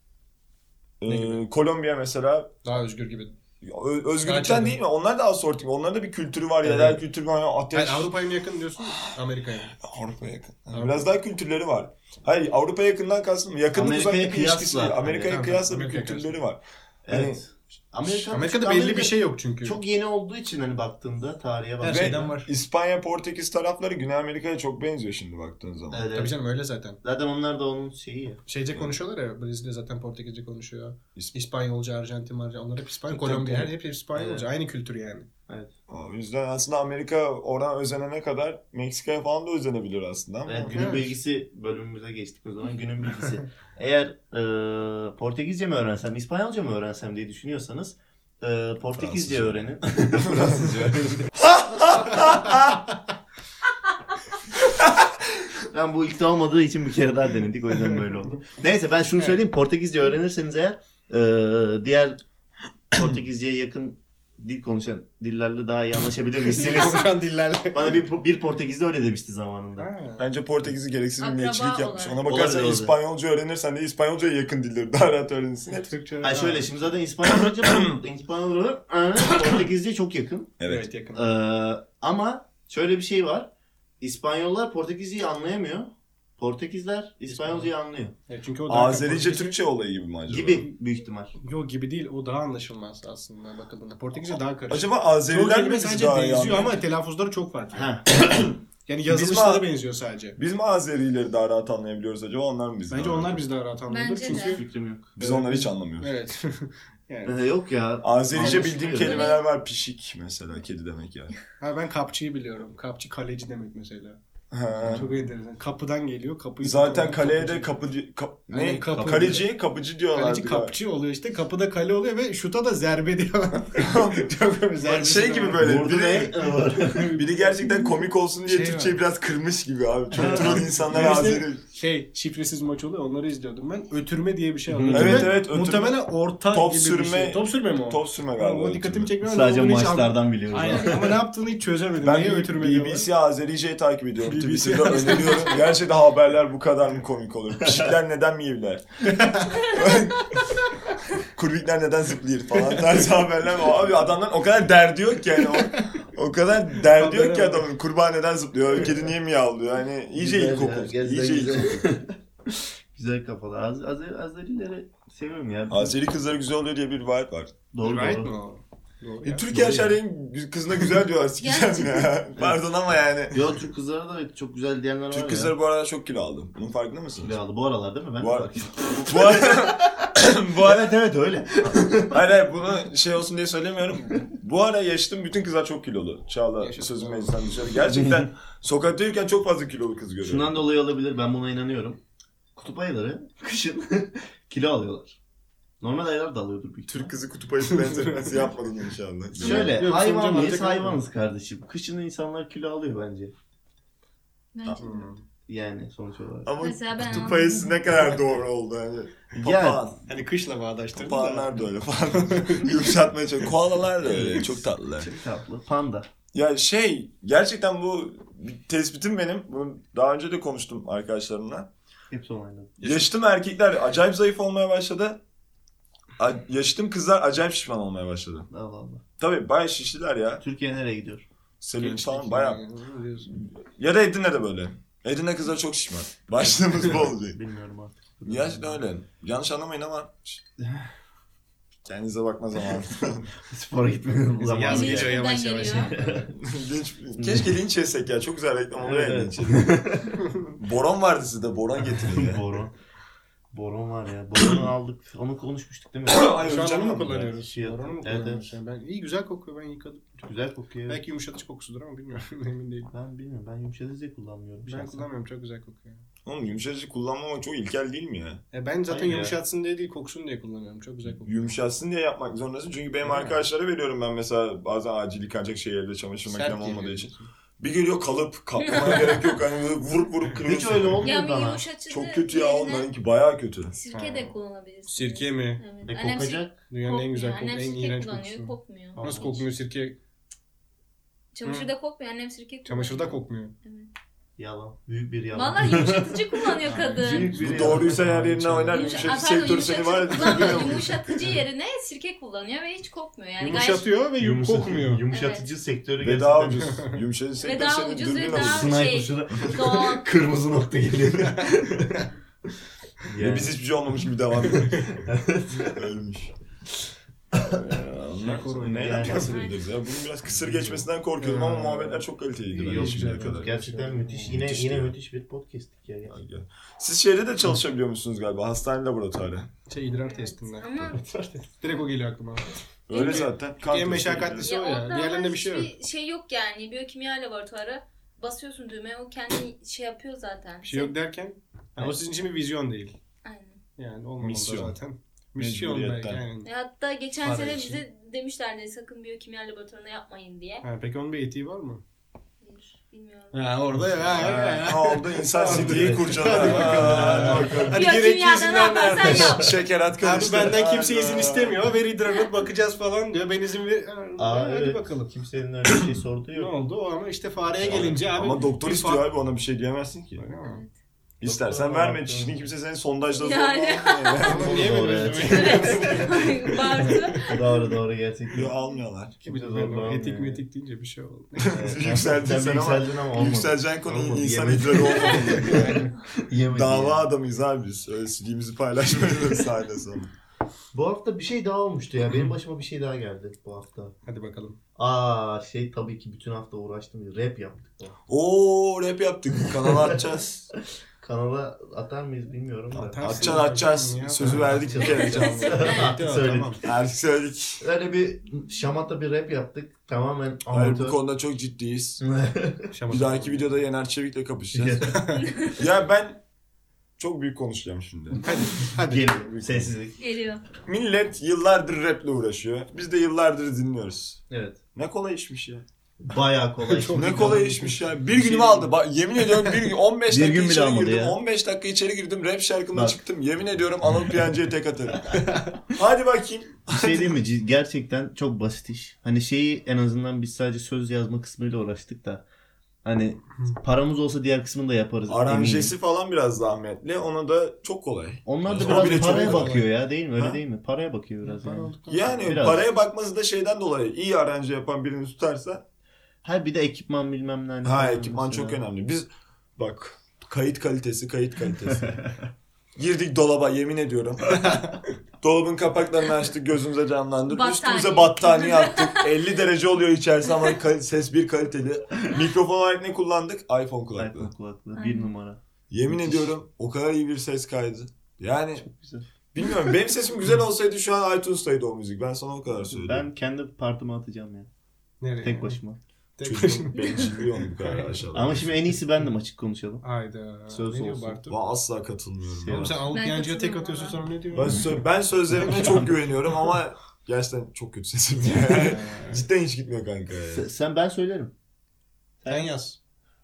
Ne e, gibi? Kolombiya mesela Daha özgür gibi. ö- özgürlükten Gerçekten. değil mi? Onlar da asortik. Onlarda bir kültürü var. Evet. Yerel kültürü var. Ateş. Yani Avrupa'ya mı yakın diyorsun, Amerika'ya mı? Avrupa'ya yakın. Yani Avrupa. biraz daha kültürleri var. Hayır Avrupa'ya yakından kastım. Yakınlık Amerika'ya uzaklık ilişkisi kıyasla. değil. Amerika'ya Tamam, kıyasla bir Amerika'ya kültürleri var. Evet. Amerika, Amerika'da Amerika belli bir şey yok çünkü. Çok yeni olduğu için hani baktığında tarihe Her baktığında. şeyden var. İspanya, Portekiz tarafları Güney Amerika'ya çok benziyor şimdi baktığın zaman. Evet, Tabii evet. canım öyle zaten. Zaten onlar da onun şeyi ya. Şeyce konuşuyorlar ya, Brezilya zaten Portekizce konuşuyor. İsp- İspanyolca, Arjantin, Arjantin. Onlar hep İspanyol, Tabii, Kolombiya, tabii. hep İspanyolca. Aynı kültür yani. O yüzden aslında Amerika oradan özenene kadar Meksika'ya falan da özenebilir aslında ama. Evet, günün Evet. bilgisi bölümümüze geçtik o zaman. Günün bilgisi. Eğer e, Portekizce mi öğrensem, İspanyolca mı öğrensem diye düşünüyorsanız e, Portekizce Fransızca. öğrenin. Fransızca öğrenin. Ben bu ikna olmadığı için bir kere daha denedik. O yüzden böyle oldu. Neyse ben şunu söyleyeyim. Portekizce öğrenirseniz eğer e, diğer Portekizce'ye yakın dil konuşan dillerle daha iyi anlaşabilir misiniz? Konuşan dillerle. Bana bir, bir Portekizli öyle demişti zamanında. Bence Portekiz'i gereksiz bir Akraba milliyetçilik yapmış. olarak. Ona bakarsan Olabilir, İspanyolca öğrenirsen de İspanyolca'ya yakın dilleri daha rahat öğrenirsin. Hep. Türkçe. Yani şöyle şimdi zaten İspanyolca İspanyolca Portekizce çok yakın. Evet, yakın. Ee, ama şöyle bir şey var. İspanyollar Portekizce'yi anlayamıyor. Portekizler İspanyolcayı anlıyor. Evet, çünkü o daha Azerice Portekizce- Türkçe olayı gibi mi acaba? Gibi büyük ihtimal. Yok gibi değil, o daha anlaşılmaz aslında bakıldığında. Portekizce daha karışık. Acaba Çoğu Azeriler mi kelime bizi sadece daha iyi benziyor anlıyor? ama telaffuzları çok farklı. Ha. Yani Biz yazılışlara mi- benziyor sadece. Biz mi Azerileri daha rahat anlayabiliyoruz acaba? Onlar mı biz? Bence daha onlar rahat? biz daha rahat anlıyordur. Bence Çünkü de. Fikrim yok. Biz onları hiç anlamıyoruz. evet. yani. Ee, yok ya. Azerice Anlaşılıyor. bildiğim kelimeler var. Pişik mesela. Kedi demek yani. Ha ben kapçıyı biliyorum. Kapçı kaleci demek mesela. Ha. Çok enteresan. Kapıdan geliyor. Kapıyı Zaten tutan kaleye de kapıcı. kapıcı... Kap, Aynen, ne? kapı. Kaleci, kapıcı diyorlar. Kaleci kapçı oluyor işte. Kapıda kale oluyor ve şuta da zerbe diyorlar. Çok böyle zerbe şey gibi var. böyle. Vurdu Biri, ne? biri gerçekten komik olsun diye Şey Türkçeyi var. biraz kırmış gibi abi. Çok troll insanlar Birisi- Azeri. Şey şifresiz maç oluyor. Onları izliyordum ben. Ötürme diye bir şey var. Evet, Ötürme, evet, ötürme. Muhtemelen orta Top gibi sürme- bir şey. Top sürme mi o? Top sürme Ha, galiba. o dikkatimi çekmiyor. Sadece Onu hiç maçlardan biliyoruz. Aynen ama ne yaptığını hiç çözemedim. Ben Neye B- ötürme B diyorlar? B C Azerice'yi takip ediyorum. B B C Twitter'da öneriyorum. Gerçekten haberler bu kadar mı komik olur? Pişikler neden miyivler? Kurbikler neden zıplayır falan tarzı haberler. O abi adamların o kadar derdi yok ki yani. O, o kadar derdi yok ki Habere bak. adamın. Kurbağa neden zıplıyor? Kedi niye miyavlıyor? Hani iyice Güzel ilkokul. ya, gerçekten İyice güzel. ilkokul. Güzel kafalı. Az, Az, Azerileri seviyorum ya. Azeri kızları güzel oluyor diye bir vibe var. Doğru Right doğru. mi o? Doğru E, ya. Türkiye Doğru şehrin kızına güzel diyorlar. Sikeceğim ya. Pardon ama yani. Yo Türk kızları da çok güzel diyenler var Türk ya. kızları bu arada çok kilo aldı. Bunun farkında mısınız? Kilo aldı. Bu aralar değil mi? Ben Bu de ara- fark ettim. Bu arada... bu ara... Evet evet öyle. Hayır hayır bunu şey olsun diye söylemiyorum. Bu ara yaşadığım bütün kızlar çok kilolu. Çağla Yaşasın. sözüm meclisten dışarı. Gerçekten sokakta yürürken çok fazla kilolu kız görüyorum. Şundan dolayı olabilir. Ben buna inanıyorum. Kutup ayıları kışın kilo alıyorlar. Normal ayılar da alıyordur büyük Türk ihtimal. kızı kutup ayısı benzemesi yapmadın inşallah. Şöyle Yok, hayvan sonuca mıyız varacak hayvanız kardeşim. Kışın insanlar kilo alıyor bence. Bence de. Hmm. Yani sonuç olarak. Ama Mesela ben kutup anladım. ayısı ne kadar doğru oldu hani. Ya, Papağan. Hani kışla bağdaştırdı da. Papağanlar da öyle falan. Yumuşatmaya çalışıyor. Koalalar da öyle. Çok tatlılar. Çok tatlı. Panda. Ya şey gerçekten bu bir tespitim benim. Bunu daha önce de konuştum arkadaşlarımla. Hepsi onayladı. Yaşıtım erkekler acayip zayıf olmaya başladı. A- Yaşıtım kızlar acayip şişman olmaya başladı. Allah Allah. Tabii bayağı şiştiler ya. Türkiye nereye gidiyor? Selin Gençlik falan yani, bayağı. ne diyorsun? Ya da Edirne'de böyle. Edirne kızları çok şişman. Başlığımız bu olacak. Bilmiyorum artık. Gerçekten öyle. Yanlış anlamayın ama kendinize bakma zamanı. Spora gitmenin Yaz zamanı Linç geliyor geldi. yavaş buradan yavaş. geliyor. Linç, keşke linç yesek ya. Çok güzel reklam oluyor ya Evet. linç. Boron vardı sizde. Boron getirin ya. Boron. Boron var ya. Boron'u aldık. Onu konuşmuştuk değil mi? Ay, Şu an öleceğim onu ben mu bunu ya. kullanıyoruz? Şey, Doğru mu evet, kullanıyoruz? Yani ben, iyi güzel kokuyor ben yıkadım. Güzel kokuyor. Belki yumuşatıcı kokusudur ama bilmiyorum emin değilim. Ben bilmiyorum. Ben yumuşatıcı kullanmıyorum. Ben şahsen. kullanmıyorum çok güzel kokuyor. Oğlum yumuşatıcı kullanmamak çok ilkel değil mi ya? E ben zaten Hayır ya. yumuşatsın diye değil koksun diye kullanıyorum. Çok güzel kokuyor. Yumuşatsın diye yapmak zorundasın. Çünkü benim Ha. arkadaşlara veriyorum ben mesela bazen acil yıkanacak şey evde çamaşır Sert makinem geliyor olmadığı için. diyorsun. Bir geliyor kalıp katlamana gerek yok. Hani böyle vurup vurup kırıyorsun. Hiç öyle olmuyor Ya bir bana. yumuşatıcı Çok kötü ya yerine onlarınki bayağı kötü. Sirke de kullanabilirsin. Sirke mi? Evet. E Annem sirke kokacak. Dünyanın en güzel koku, Annem en sirke iğrenç kullanıyor, kokusu. kokmuyor. Nasıl kokmuyor sirke? Çamaşırda kokmuyor, annem sirke kullanıyor. Çamaşırda kokmuyor. Evet. Yalan. Büyük bir yalan. Vallahi yumuşatıcı kullanıyor kadın. Büyük bir Bu yalan. doğruysa yer yerine oynar. Yumuşa- Yumuşatıcı Aa, pardon, sektörü seni var ya. yumuşatıcı kullanmıyor. Yumuşatıcı yerine sirke kullanıyor ve hiç kokmuyor. Yani gayet Yumuşatıyor ve yum Yumuşat- kokmuyor. Yumuşatıcı sektörü Ve daha gerçekten- ucuz. Yumuşatıcı sektör daha senin ucuz dürbün ve alır. daha- Sniper Şey, şurada doğal. kırmızı nokta geliyor. Ve biz hiçbir şey olmamış gibi devam ediyoruz. Ölmüş. Ondan sonra Yani- neyle bahsedebiliriz ya? Bunun biraz kısır geçmesinden korkuyordum ama muhabbetler çok kaliteliydi. Yok, Yok, şimdiye yok, kadar. gerçekten müthiş. Yine Müthiş yine ya. müthiş bir podcast'tik ya. Ay, siz şeyde de çalışabiliyor musunuz galiba? Hastane laboratuvarı. Şey idrar testinden. Ama Direkt o geliyor aklıma. Öyle Çünkü- zaten. en testi meşakkatlisi gibi. o ya. orada Diğerlerinde bir şey yok. hiçbir şey yok yani. Biyokimya laboratuvarı. Basıyorsun düğmeye, o kendi şey yapıyor zaten. Bir şey yok derken yani o sizin için bir vizyon değil. Aynen. Yani olmamalı Misyon. zaten. Misyon belki Mecburiyetten. yani. E hatta geçen Para sene için. bize demişlerdi sakın biyokimya laboratuvarına yapmayın diye. Ha, peki onun bir etiği var mı? Hayır, bilmiyorum. Ha orada ya. Ha, Ha, ne oldu? İnsan sidiği kurcaladı. Hadi bakalım. Hadi bakalım. Hadi Biyokimyada gerekli ne yaparsan izinler yap. Şeker at Abi karıştı. benden kimse izin Hayda. istemiyor. Ver idrarına bakacağız falan diyor. Ben izin ver. Ha, Aa, hadi evet. bakalım. Kimsenin öyle bir şey sorduğu Ne yok. oldu o ama işte fareye gelince abi. Ama doktor bir istiyor fa- abi ona bir şey diyemezsin ki. Öyle mi? İstersen Doktor verme. var. Şimdi kimse seni sondajla Yani. zorlamıyor. Ama niye Doğru, veriyorsun? Evet. Bartu. Doğru doğru gerçekten. Yo almıyorlar. Kimse Bilmiyorum, zorlamıyor. etik metik deyince bir şey oldu. Evet, Yükseldin sen sen ama- yükseldin ama olmadı. Yükseleceğin konu Olmadı, insan yemedi. idrarı olmadı. Yemedi Dava ya. adamıyız abi biz. Öyle sildiğimizi paylaşmıyoruz sahne sonra. Bu hafta bir şey daha olmuştu ya. Benim başıma bir şey daha geldi bu hafta. Hadi bakalım. Aa şey tabii ki bütün hafta uğraştım. Rap yaptık. Oo rap yaptık. Kanala atacağız. Kanala atar mıyız bilmiyorum da. Atarsın. Atacağız atacağız. Ya. Sözü verdik bir kere canlı. Artık söyledik. Tamam. Artık söyledik. Öyle bir şamata bir rap yaptık. Tamamen Hayır bu amatör. konuda çok ciddiyiz. Şamata. Bir dahaki videoda Yener Çevik'le kapışacağız. Ya ben çok büyük konuşacağım şimdi. Hadi. Hadi. Geliyor. Sessizlik. Geliyor. Millet yıllardır raple uğraşıyor. Biz de yıllardır dinliyoruz. Evet. Ne kolay işmiş ya. Bayağı kolay. Çok Ne iyi kolay kaldı. işmiş ya. Bir günümü aldı. Bak, yemin ediyorum bir gün on beş Bir dakika gün bile içeri almadı girdim. ya. on beş dakika içeri girdim. Rap şarkımla Bak. çıktım. Yemin ediyorum Anıl Piyancı'ya tek atarım. Hadi bakayım. Bir şey değil mi? C- Gerçekten çok basit iş. Hani şeyi en azından biz sadece söz yazma kısmıyla uğraştık da. Hani paramız olsa diğer kısmını da yaparız. Aranjesi eminim. falan biraz zahmetli. Ona da çok kolay. Onlar da O biraz bile çok paraya kolay. bakıyor ya değil mi? Öyle Ha? değil mi? Paraya bakıyor biraz Para yani. olduktan Yani Biraz. paraya bakması da şeyden dolayı. İyi aranje yapan birini tutarsa. Ha bir de ekipman bilmem ne. hani Ha falan ekipman mesela. çok önemli. Biz bak kayıt kalitesi kayıt kalitesi. Girdik dolaba yemin ediyorum. Dolabın kapaklarını açtık gözümüze canlandık. Battaniye. Üstümüze battaniye attık. elli derece oluyor içerisi ama kal- ses bir kaliteli. Mikrofon olarak ne kullandık? iPhone kulaklığı. iPhone kulaklığı. Aynen. Bir numara. Yemin Müthiş. ediyorum o kadar iyi bir ses kaydı. Yani Çok güzel. bilmiyorum benim sesim güzel olsaydı şu an iTunes'taydı o müzik. Ben sana o kadar söyleyeyim. Ben kendi partımı atacağım ya. Nereye? Tek başıma. Tek Çocuğun başına. bencilliği onu bu kadar aşağıda. Ama şimdi en iyisi bendim açık konuşalım. Hayda. Söz Ne diyor olsun. Bartu? Ben asla katılmıyorum. Şey- Oğlum sen Anıl Ben Piyancı'ya tek katılıyorum atıyorsun ona. sonra ne diyor? Ben, sö- ben sözlerime çok güveniyorum ama gerçekten çok kötü sesim. Cidden hiç gitmiyor kanka ya. Sen, sen ben söylerim. Sen yaz.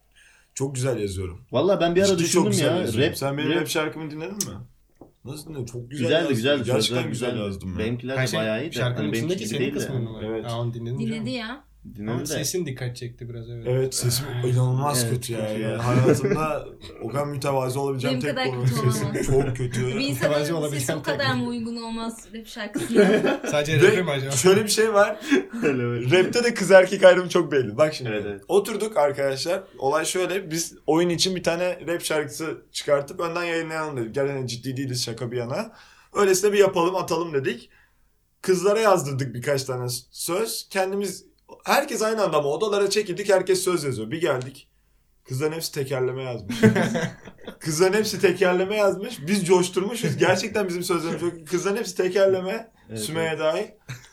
Çok güzel yazıyorum. Valla ben bir ara Ciddi çok düşündüm güzel ya. yazıyorum. Rap, Sen benim rap- rap şarkımı dinledin mi? Nasıl dinledin? Çok güzel güzeldi yazdın. güzeldi. Gerçekten Sözler güzel güzeldi. yazdım ya. Benimkiler Her de şey bayağı iyi de. şarkının Hani benimki içindeki gibi senin değil de. kısmın mı? Evet. Aa, onu dinledim. Dinledi ya. Dinledim Ama de. sesin dikkat çekti biraz evet. Evet sesim inanılmaz Evet, kötü ya. kötü Yani ya. hayatımda o kadar mütevazi olabileceğim Benim tek kadar konu kötü sesim olamaz. çok kötü. Bir Mütevazi insanın olabileceğim sesi o tek kadar bir- mı uygun olmaz rap şarkısına? Sadece rap'i mi Ve acaba? şöyle bir şey var. Öyle öyle. Rap'te de kız erkek ayrımı çok belli. Bak şimdi. Evet, evet. Oturduk arkadaşlar. Olay şöyle. Biz oyun için bir tane rap şarkısı çıkartıp önden yayınlayalım dedik. Gerçekten ciddi değiliz şaka bir yana. Öylesine bir yapalım atalım dedik. Kızlara yazdırdık birkaç tane söz. Kendimiz herkes aynı anda ama odalara çekildik. Herkes söz yazıyor. Bir geldik. Kızların hepsi tekerleme yazmış. Kızların hepsi tekerleme yazmış. Biz coşturmuşuz. Gerçekten bizim sözlerimiz çok. Kızların hepsi tekerleme. Evet, Sümeyye dahil.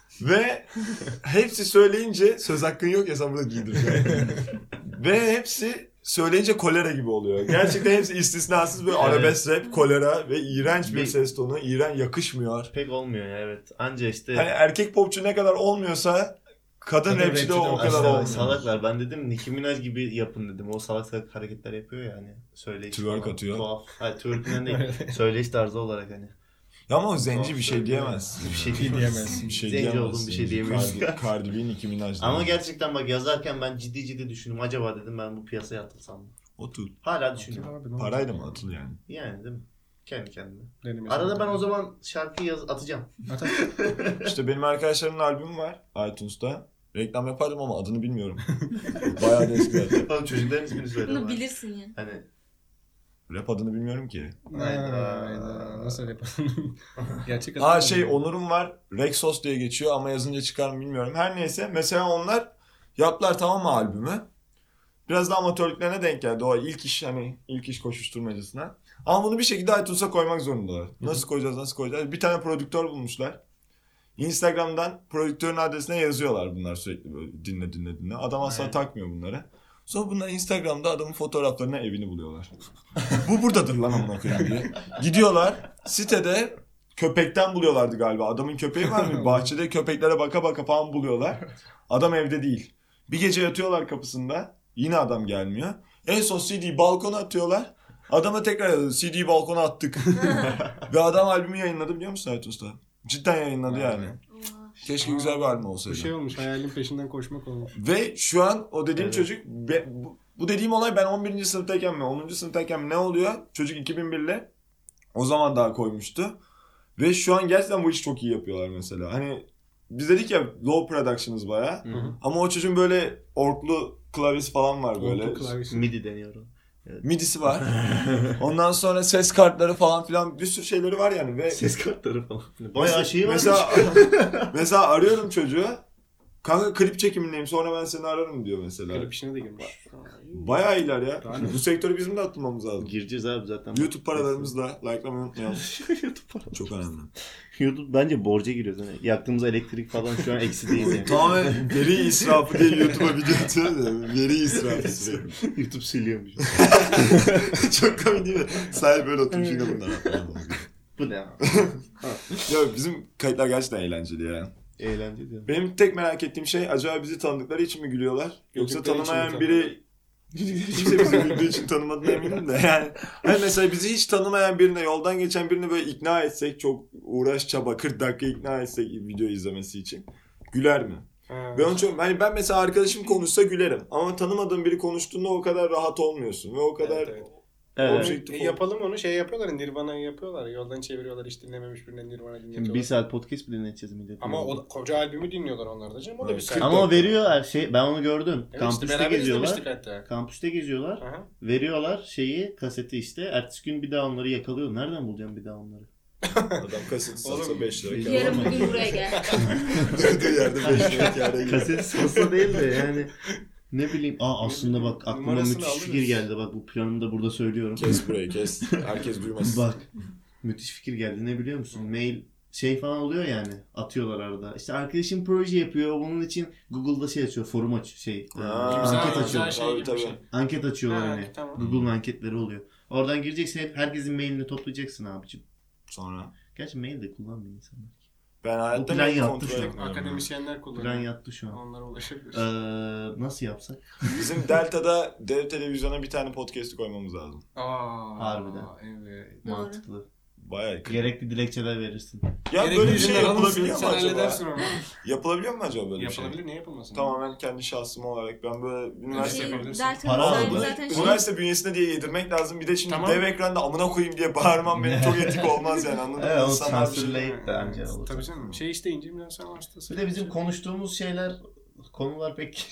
Ve hepsi söyleyince söz hakkın yok ya sen burada giydireceksin. Ve hepsi söyleyince kolera gibi oluyor. Gerçekten hepsi istisnasız böyle Evet. arabesk rap, kolera ve iğrenç bir Bir- ses tonu. İğrenç, yakışmıyor. Pek olmuyor ya evet. Anca işte. Hani erkek popçu ne kadar olmuyorsa kadın, Kadın rapçi de o, rapçi de o kadar Aslında olmuyor. salaklar. Ben dedim Nicki Minaj gibi yapın dedim. O salak salak hareketler yapıyor ya hani. Söyleyiş Twerk falan. atıyor. Tuhaf. Hayır twerk'ünden değil. Söyleyiş tarzı olarak hani. Ya ama o zenci Tuhaf bir şey söylüyor. diyemez. Bir şey Bir şey diyemez. Bir şey Zenci diyemez. olduğum bir şey diyemiyorsun. Cardi, Cardi B, Nicki Minaj. Ama gerçekten bak yazarken ben ciddi ciddi düşündüm. Acaba dedim ben bu piyasaya atılsam mı? Otur. Hala düşünüyorum. Abi, ne oldu? Parayla mı atıl yani? Yani değil mi? Kendi kendine. Denemesi. Arada ben o zaman şarkı yaz atacağım. At, at. İşte benim arkadaşlarımın albümü var iTunes'ta. Reklam yapardım ama adını bilmiyorum. Bayağı da eski. Oğlum çocukların ismini söyle. Bunu bana. bilirsin ya. Hani Rap adını bilmiyorum ki. Hayda, hayda. Nasıl yapalım? Gerçek Aa adı şey mı? Onur'um var. Rexos diye geçiyor ama yazınca çıkar mı bilmiyorum. Her neyse mesela onlar yaptılar tamam mı albümü. Biraz da amatörlüklerine denk geldi. O ilk iş hani ilk iş koşuşturmacasına. Ama bunu bir şekilde iTunes'a koymak zorundalar. Nasıl koyacağız nasıl koyacağız? Bir tane prodüktör bulmuşlar. Instagram'dan prodüktörün adresine yazıyorlar bunlar sürekli böyle dinle dinle dinle. Adam asla Evet. takmıyor bunları. Sonra bunlar Instagram'da adamın fotoğraflarına evini buluyorlar. Bu buradadır lan amına koyayım diye. Gidiyorlar sitede köpekten buluyorlardı galiba. Adamın köpeği var mı? Bahçede köpeklere baka baka falan buluyorlar. Adam evde değil. Bir gece yatıyorlar kapısında. Yine adam gelmiyor. En son C D'yi balkona atıyorlar. Adama tekrar yazıyor. C D'yi balkona attık. Ve adam albümü yayınladı biliyor musun iTunes'ta? Cidden yayınladı yani. Oha. Keşke güzel bir albüm Bu olsaydı. şey olmuş hayalin peşinden koşmak olmuş. Ve şu an o dediğim Evet. çocuk be- bu, bu dediğim olay ben on birinci sınıftayken mi onuncu sınıftayken mi ne oluyor? Çocuk iki bin birli o zaman daha koymuştu. Ve şu an gerçekten bu işi çok iyi yapıyorlar mesela. Hani biz dedik ya low production'ız bayağı. Hı hı. Ama o çocuğun böyle orklu klavyesi falan var böyle. Orta klavyesi. midi deniyor o. Midisi var. Ondan sonra ses kartları falan filan bir sürü şeyleri var yani. Ve Ses kartları falan. Bayağı şey var. Mesela, mesela arıyorum çocuğu. Kanka klip çekimindeyim sonra ben seni ararım diyor mesela. Klip işine de girmiş. Bayağı iyiler ya. Daha ne? Bu sektörü bizim de atılmamız lazım. Gireceğiz abi zaten. YouTube paralarımızla likelamayı unutmayalım. YouTube paraları. Çok önemli. YouTube bence borca giriyoruz. Hani yaktığımız elektrik falan şu an eksi değil yani. Tamamen veri israfı diye YouTube'a video atıyor da veri israfı sürekli. YouTube siliyormuş. Çok komik değil mi? Sahi böyle oturmuş yine bunlar. Bu ne ya? Ya bizim kayıtlar gerçekten eğlenceli ya. Eğlenceli. Benim tek merak ettiğim şey acaba bizi tanıdıkları için mi gülüyorlar? Yoksa Güldükleri için mi tanımayan biri kimse bizi güldüğü için tanımadığına eminim de yani. Hani mesela bizi hiç tanımayan birine, yoldan geçen birine böyle ikna etsek, çok uğraş çaba kırk dakika ikna etsek video izlemesi için güler mi? Ha. Ben onu çok, hani ben mesela arkadaşım konuşsa gülerim ama tanımadığım biri konuştuğunda o kadar rahat olmuyorsun ve o kadar Evet, evet. Evet. objektif E, ol- yapalım onu şey yapıyorlar. Nirvana'yı yapıyorlar. Yoldan çeviriyorlar. Hiç dinlememiş birine Nirvana dinletiyorlar. Şimdi bir saat podcast mi dinleteceğiz millet? Ama o koca albümü dinliyorlar onlar da canım. O da bir Evet. saat. Ama o veriyor her şey. Ben onu gördüm. Evet, Kampüste işte beraber geziyorlar. izlemiştik hatta. Kampüste geziyorlar. Aha. Veriyorlar şeyi, kaseti işte. Ertesi gün bir daha onları yakalıyor. Nereden bulacağım bir daha onları? Adam kaseti satsa Oğlum, beş lira kâr. Yarın bugün buraya gel. Durduğu yerde beş lira kâra gidiyor. Kaset satsa değil de yani ne bileyim. Aa aslında bak aklıma Numarasını müthiş alırız. fikir geldi. Bak bu planımı da burada söylüyorum. Kes burayı kes. Herkes duymasın. Bak müthiş fikir geldi. Ne biliyor musun? Mail şey falan oluyor yani. Atıyorlar arada. İşte arkadaşım proje yapıyor. Bunun için Google'da şey açıyor. Forum aç şey. e, Ha, anket Güzel, açıyorlar. güzel şey Tabii, gibi bir şey. tabii. Anket açıyorlar Ha, hani. tamam. Google'un anketleri oluyor. Oradan gireceksin hep herkesin mailini toplayacaksın abicim. Sonra. Gerçi mail de kullanmıyor insanlar. Ben hayatta plan mail yattı kontrol şu an. etmiyorum. Akademisyenler kullanıyor. Plan yattı şu an. Onlara ulaşabilir. Ee, nasıl yapsak? Bizim Delta'da dev televizyona bir tane podcast'i koymamız lazım. Aa, Harbiden. Evet. Mantıklı. Bayağı. Gerekli dilekçeler verirsin. Ya Gerekli böyle bir şey izinler alınsın, yapılabiliyor mu sen acaba? halledersin onu. Yapılabiliyor mu acaba böyle bir şey? Yapılabilir, ne yapılmasın? Tamamen kendi şahsım olarak ben böyle üniversite Evet, Şey, yapabilirsin. Delta'nın Para sahibi aldı. zaten şey. üniversite bünyesinde diye yedirmek lazım. Bir de şimdi Tamam. dev ekranda amına koyayım diye bağırmam benim çok etik olmaz yani anladın mı? Evet, o İnsanlar bir şey- sansürleyip de anca olur. Tabii canım. Şey isteyince Münasır hastası. Bir de bizim konuştuğumuz şeyler, konular pek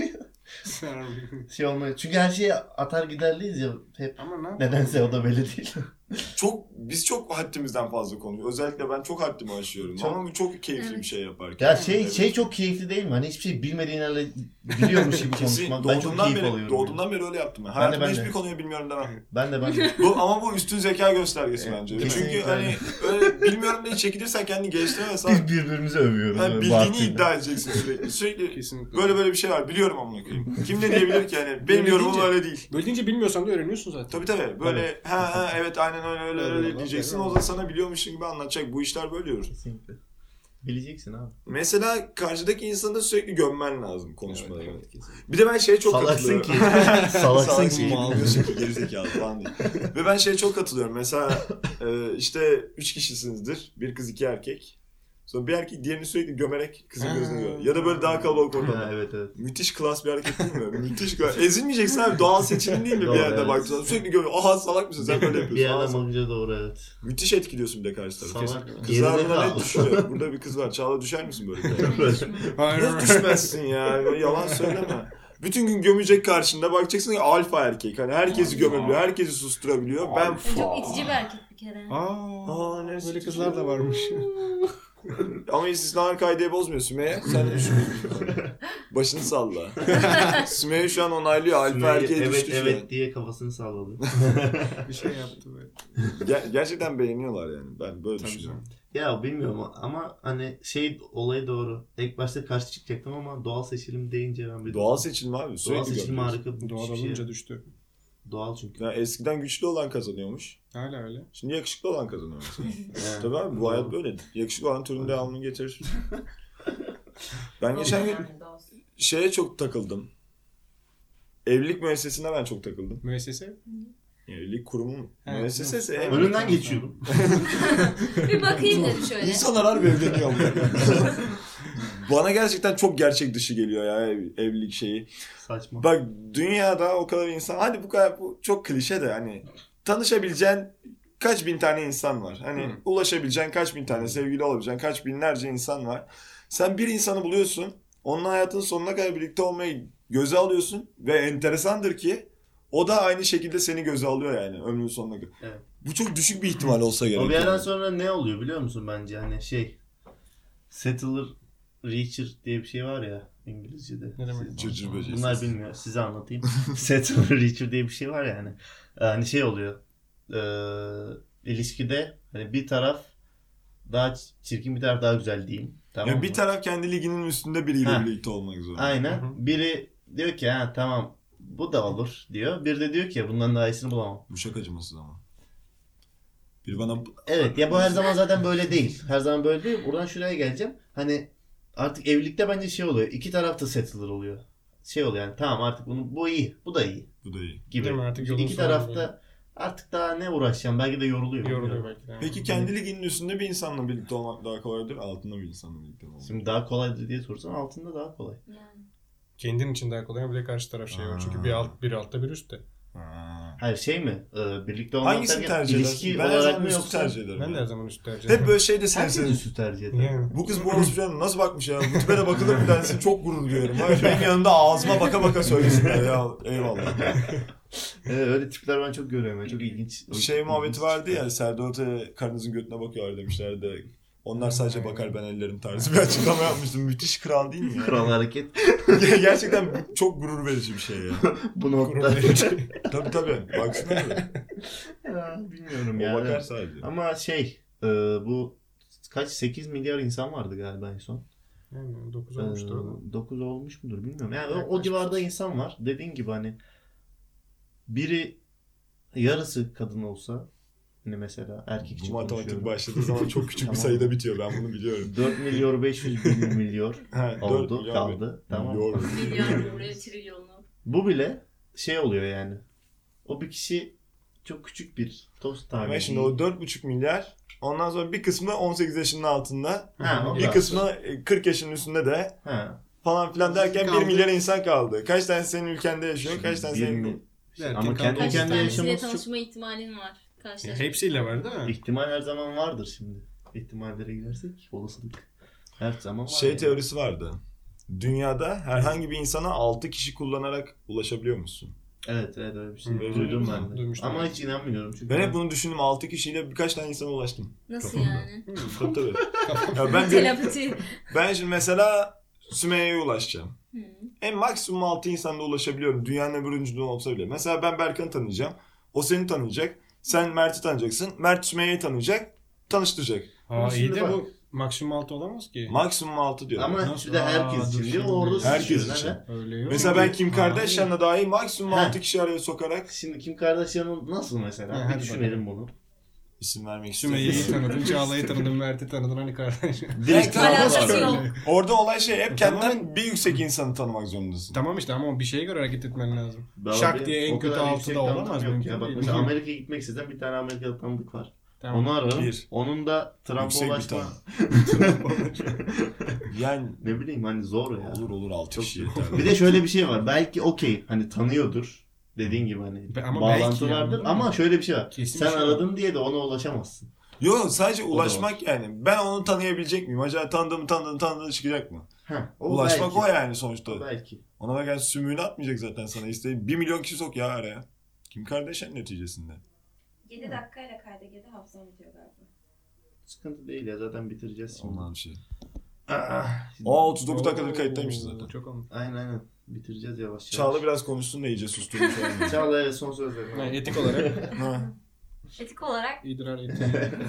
şey olmuyor. Çünkü her şeye atar giderliyiz ya hep. Ama ne? Nedense o da belli değil. Çok biz çok haddimizden fazla konuşuyoruz. Özellikle ben çok haddimi aşıyorum. Çok- Ama bu çok keyifli Evet. bir şey yaparken. Ya şey Evet. şey çok keyifli değil mi? Hani hiçbir şey bilmediğin halde biliyormuş gibi Kesin konuşmak. Ben çok doğduğumdan keyif beri, alıyorum. doğduğumdan beri öyle yaptım ben. Ben de, Hayatımda ben de. hiçbir konuyu bilmiyorum demem. Ben de ben de. Bu, ama bu üstün zeka göstergesi Evet, bence. kesinlikle Çünkü öyle. hani öyle bilmiyorum diye çekilirsen kendini geliştiremezsen Biz birbirimizi övüyoruz. yani böyle bildiğini Bartu'yla. iddia edeceksin sürekli. Sürekli Kesinlikle. böyle böyle bir şey var. Biliyorum amına koyayım. Kim ne diyebilir ki yani? Benim Öyle yorumum deyince- öyle değil. Böyle deyince bilmiyorsan da öğreniyorsun zaten. Tabii tabii. Böyle ha ha evet aynen öyle öyle Öyle öyle olur, diyeceksin. öyle O da sana biliyormuşsun gibi anlatacak. Bu işler böyle yürür. Kesinlikle. Bileceksin abi. Mesela karşıdaki insanı da sürekli gömmen lazım konuşmalarını. Evet, evet, kesinlikle. Bir de ben şeye çok Salaksın katılıyorum. ki. Salaksın ki. Mal diyorsun ki gerizekalı falan diye. Ve ben şeye çok katılıyorum. Mesela e, işte üç kişisinizdir. Bir kız iki erkek. Sonra bir erkek diğerini sürekli gömerek kızın gözüne görüyor. Ya da böyle daha kalabalık Ha, ortamda. evet evet. Müthiş klas bir hareket değil mi? Müthiş klas. Ezilmeyeceksin abi. Doğal seçilim değil mi bir Doğru, yerde evet. baktığında? Sürekli görüyor. Aha salak mısın? Sen böyle Bir yapıyorsun. Aha, yerden salak. bakınca doğru evet. Müthiş etkiliyorsun bir de karşı tarafı. Salak. Kesin. Kızlar buna Gerizekalı. net düşüyor. Burada bir kız var. Çağla düşer misin böyle? Hayır. Nasıl düşmezsin ya? Böyle yalan söyleme. Bütün gün gömecek karşında bakacaksın ki alfa erkek. Hani herkesi gömebiliyor, herkesi susturabiliyor. Ben Yani çok itici bir erkek bir kere. Aa, Aa, neresi böyle itici? kızlar da varmış. Ama istisnalar kaideyi bozmuyor Sümeyye. Sen de düşünüyorsun. Başını salla. Sümeyye şu an onaylıyor. Alfa Sümeyye, erkeğe evet düştü şu evet an. diye kafasını salladı. Bir şey yaptı böyle. Ger- gerçekten beğeniyorlar yani. Ben böyle Tabii düşünüyorum. Ya bilmiyorum ama hani şey olayı doğru. İlk başta karşı çıkacaktım ama doğal seçilim deyince ben bir Doğal seçilme abi. doğal Sürekli seçilim gömüyoruz. harika bir Doğal şey. olunca düştü. Doğal çünkü. Ya eskiden güçlü olan kazanıyormuş. Hala öyle. Şimdi yakışıklı olan kazanıyor mesela. Evet. Tabii abi bu hayat böyle. Yakışıklı olan türün devamını getirir. Ben geçen gün Yani doğrusu. şeye çok takıldım. Evlilik müessesesine ben çok takıldım. Müessese. Evlilik kurumu mu? Evet, Müessesesi. evet. en- Önünden geçiyordum. Bir bakayım dedim şöyle. İnsanlar harbi evleniyor ama. Bana gerçekten çok gerçek dışı geliyor ya ev- evlilik şeyi. Saçma. Bak dünyada o kadar insan, hadi bu kadar bu çok klişe de hani tanışabileceğin kaç bin tane insan var. Hani Hı. ulaşabileceğin kaç bin tane, sevgili olabileceğin kaç binlerce insan var. Sen bir insanı buluyorsun, onunla hayatın sonuna kadar birlikte olmayı göze alıyorsun ve enteresandır ki o da aynı şekilde seni göze alıyor yani ömrünün sonuna kadar. Evet. Bu çok düşük bir ihtimal olsa gerek. O bir yerden yani. sonra ne oluyor biliyor musun bence hani şey settler Reacher diye bir şey var ya İngilizce'de. Ne demek? Siz- Cırcır böceği. Bunlar bilmiyor. Size anlatayım. Settler Reacher diye bir şey var yani. Hani şey oluyor. E, ilişkide hani bir taraf daha çirkin, bir taraf daha güzel diyeyim. Tamam Yani mı? bir taraf kendi liginin üstünde biriyle Ha. birlikte olmak zorunda. Aynen. Hı hı. Biri diyor ki ha tamam bu da olur diyor. Biri de diyor ki bundan daha iyisini bulamam. Bu çok acımasız ama. Biri bana Evet ya bu her zaman zaten böyle değil. Her zaman böyle değil. Buradan şuraya geleceğim. Hani artık evlilikte bence şey oluyor. İki taraf da settler oluyor. Şey oluyor yani tamam artık bunu bu iyi. Bu da iyi bu da iyi. gibi. Değil mi? Artık İşte yolun iki sonu tarafta böyle. artık daha ne uğraşacağım? Belki de yoruluyor. Yoruluyor bilmiyorum. belki de. Peki kendi liginin üstünde bir insanla birlikte olmak daha kolaydır, altında bir insanla birlikte olmak. Şimdi daha kolaydır diye sorsan altında daha kolay. Yani. Kendin için daha kolay ama bir de karşı taraf şey var. Çünkü bir alt, bir altta bir üstte. Ha. Hayır şey mi? Ee, birlikte olmak Hangisini derken tercih ilişki edersin? Ben her olarak zaman mı üstü yoksa? tercih ederim. Ben de ya. her zaman üstü tercih Hep ederim. böyle şey de sen Herkes sen. üstü tercih eder. Yani. Bu kız bu orospu nasıl bakmış ya? Bu tipe de bakılır mı densin çok gurur duyuyorum. Hayır, benim yanımda ağzıma baka baka söylesinler ya. Eyvallah. Evet, öyle tipler ben çok görüyorum. Yani çok ilginç. Şey muhabbeti vardı ya, Serdar Ortaç'a karınızın götüne bakıyor demişlerdi. Onlar sadece bakar ben ellerim tarzı bir açıklama yapmıştım. Müthiş kral değil mi ya? Kral hareket. Gerçekten çok gurur verici bir şey ya. Bu Gurur nokta. verici. Tabii tabii. Baksana abi. Ya, bilmiyorum O ya. bakar sadece. Ama şey e, bu kaç sekiz milyar insan vardı galiba en son. Yani dokuz olmuştur o da. dokuz olmuş mudur bilmiyorum. Yani o, o Yaklaşık. civarda insan var. Dediğin gibi hani biri yarısı kadın olsa hani mesela erkek Bu için matematik konuşuyorum. başladığı zaman çok küçük bir Tamam. sayıda bitiyor, ben bunu biliyorum. dört milyar beş yüz bin milyon Ha, dört oldu milyon kaldı. bir- Tamam. milyon. Milyar buraya trilyonu. Bu bile şey oluyor yani. O bir kişi çok küçük bir toz Ama tanesi. şimdi o dört buçuk milyar, ondan sonra bir kısmı on sekiz yaşının altında, Ha, o bir da- kısmı kırk yaşının üstünde de Ha. falan filan derken Kaldı. bir milyar insan kaldı. Kaç tanesi senin ülkende yaşıyor, kaç tanesi Bir senin... mi- Erkek Ama kaldı. kendi Kaç kendi tanesiyle yaşaması çok tanışma ihtimalin var. Ya Karşılaşma. hepsiyle var değil mi? ihtimal her zaman vardır şimdi. İhtimallere girersek olasılık her zaman var. Şey yani. teorisi vardı. Dünyada herhangi bir insana altı kişi kullanarak ulaşabiliyor musun? Evet evet öyle bir şey. Hı. Duydum ben de. Duymuştum. Ama hiç inanmıyorum çünkü. Ben hep bunu düşündüm, altı kişiyle birkaç tane insana ulaştım. Nasıl yani? Tabii tabii. Ya ben, bir, Telepati. ben şimdi mesela Sümeyye'ye ulaşacağım. Hı. En maksimum altı insanda ulaşabiliyorum. Dünyanın öbür ucundan olsa bile. Mesela ben Berkan'ı tanıyacağım. O seni tanıyacak. Sen Mert'i tanıyacaksın. Mert Sümeyye'yi tanıyacak. Tanıştıracak. Aa iyi Şimdi de bak. bu maksimum altı olamaz ki. Maksimum altı diyor. Ama Nasıl? bir de Aa, herkes dur için diyor. şimdi. Orada Herkes sıçıyor. için. Neden? Öyle yok. Mesela ben Kim Aa, Kardashian'la dahi maksimum Ha. altı kişi araya sokarak Şimdi Kim Kardashian'ın nasıl mesela? Ha, bir hadi düşünelim bunu. isim vermek Sümeyye'yi istemiyorum. tanıdın, Çağla'yı tanıdın, Mert'i tanıdın hani kardeş. Direkt Alakası tanımak yok. var. Orada olay şey hep kendinden Tamamen- bir yüksek insanı tanımak zorundasın. Tamam işte ama bir şeye göre hareket etmen lazım. Abi, Şak diye en o kötü kadar altıda yüksek olamaz tanıdık yok mümkün ya. Bak değil. mesela Amerika'ya gitmek istesem bir tane Amerika'da tanıdık var. Tamam. Onu ararım. Bir. Onun da Trump'a Yüksek bir ulaşma. tane. Yani Ne bileyim hani zor ya. olur olur altı Çok kişi zor. yeter. Bir de şöyle bir şey var. Belki okey hani tanıyordur. Dediğin gibi hani Be- ama bağlantı belki vardır yani. ama şöyle bir şey var. Kesin Sen bir şey var. aradın diye de ona ulaşamazsın. Yok sadece da ulaşmak yani. Ben onu tanıyabilecek miyim? Acaba tanıdığımı tanıdığını tanıdığını çıkacak mı? Heh, o Ulaşmak belki. o yani sonuçta. O belki. Ona bak sümüğünü atmayacak zaten sana. İsteyin bir milyon kişi sok ya araya. Kim Kardashian neticesinde. yedi dakikayla kayda girdi, hafızam bitiyor galiba. Sıkıntı değil ya zaten bitireceğiz şimdi. Ondan bir şey. Aa, Aa otuz dokuz dakikadır kayıttaymışız zaten. Çok olmuş. aynen aynen. Bitireceğiz yavaş yavaş. Çağla biraz konuşsun da iyice susturmuş. yani. Çağla evet son söz verin. Yani etik olarak Ha. Etik olarak idrar etiği.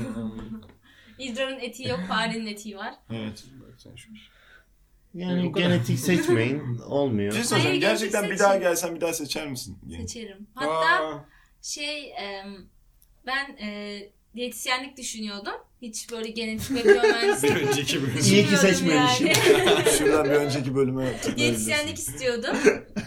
idrarın etiği yok, farenin etiği var. Evet. Bak sen şu. Yani O kadar. genetik seçmeyin. Bir Olmuyor. şey soracağım. Hayır, Gerçekten gerçek bir daha seçim. gelsen bir daha seçer misin? Yani. Seçerim. Hatta Aa, şey em, ben e, diyetisyenlik düşünüyordum. Hiç böyle genetik ve biyomühendislik bir önceki bölüm. İyi ki düşünmüyordum seçmemişim. yani. Şuradan bir önceki bölüme tıklayabilirsin. Diyetisyenlik istiyordum.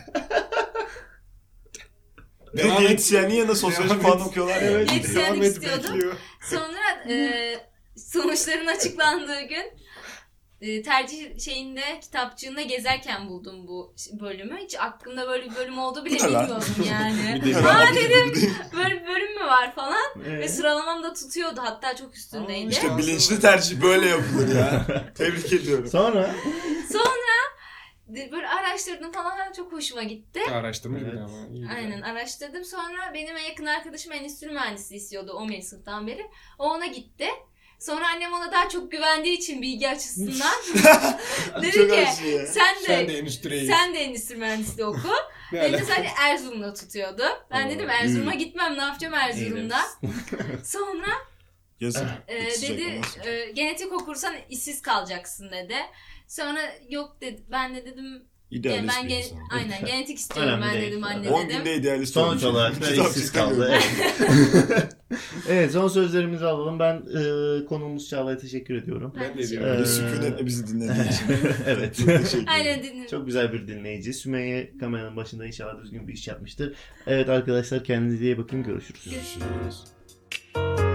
Bir Devam de et. diyetisyenliğin yanında sosyoloji Devam falan et. okuyorlar ya. Evet. Diyetisyenlik Devam et, istiyordum. bekliyor. Sonra e, sonuçların açıklandığı gün e, tercih şeyinde kitapçığında gezerken buldum bu bölümü. Hiç aklımda böyle bir bölüm olduğu bile Bu ne lan? bilmiyordum yani. Bir de- Aa dedim böyle bir bölüm mü var falan. Ve Evet. sıralamam da tutuyordu, hatta çok üstündeydi. İşte bilinçli tercih böyle yapılır ya. Tebrik ediyorum. Sonra De- Böyle araştırdım falan, çok hoşuma gitti. Araştırmış bir Evet. de ama. iyi güzel. Aynen araştırdım. Sonra benim en yakın arkadaşım endüstri mühendisliği istiyordu on birinci sınıftan beri. O ona gitti. Sonra annem ona daha çok güvendiği için bilgi açısından dedi Çok ki aşı ya. sen de Sen de endüstriye git. sen de endüstri mühendisliği oku. Ne Beni de ala- sadece Erzurum'da tutuyordu. Ben Oo. dedim Erzurum'a gitmem, ne yapacağım Erzurum'da. Sonra Yazın. e, Bitecek dedi olmaz. e, genetik okursan işsiz kalacaksın dedi. Sonra yok dedi. Ben de dedim yani İdealist ben bir gen- insan. aynen genetik istiyorum Önemli ben değil. dedim anne on dedim. günde idealist Sonuç olmuş. olarak da Kitap işsiz kaldı. çıkarıyor. Evet. Evet, son sözlerimizi alalım. Ben e, konuğumuz Çağla'ya teşekkür ediyorum. Ben de Ee, ediyorum. Böyle sükunetle bizi dinlediği için. Evet. Çok teşekkür ederim. Aynen dinledim. Çok güzel bir dinleyici. Sümeyye kameranın başında inşallah düzgün bir iş yapmıştır. Evet arkadaşlar, kendinize iyi bakın. Görüşürüz. Görüşürüz.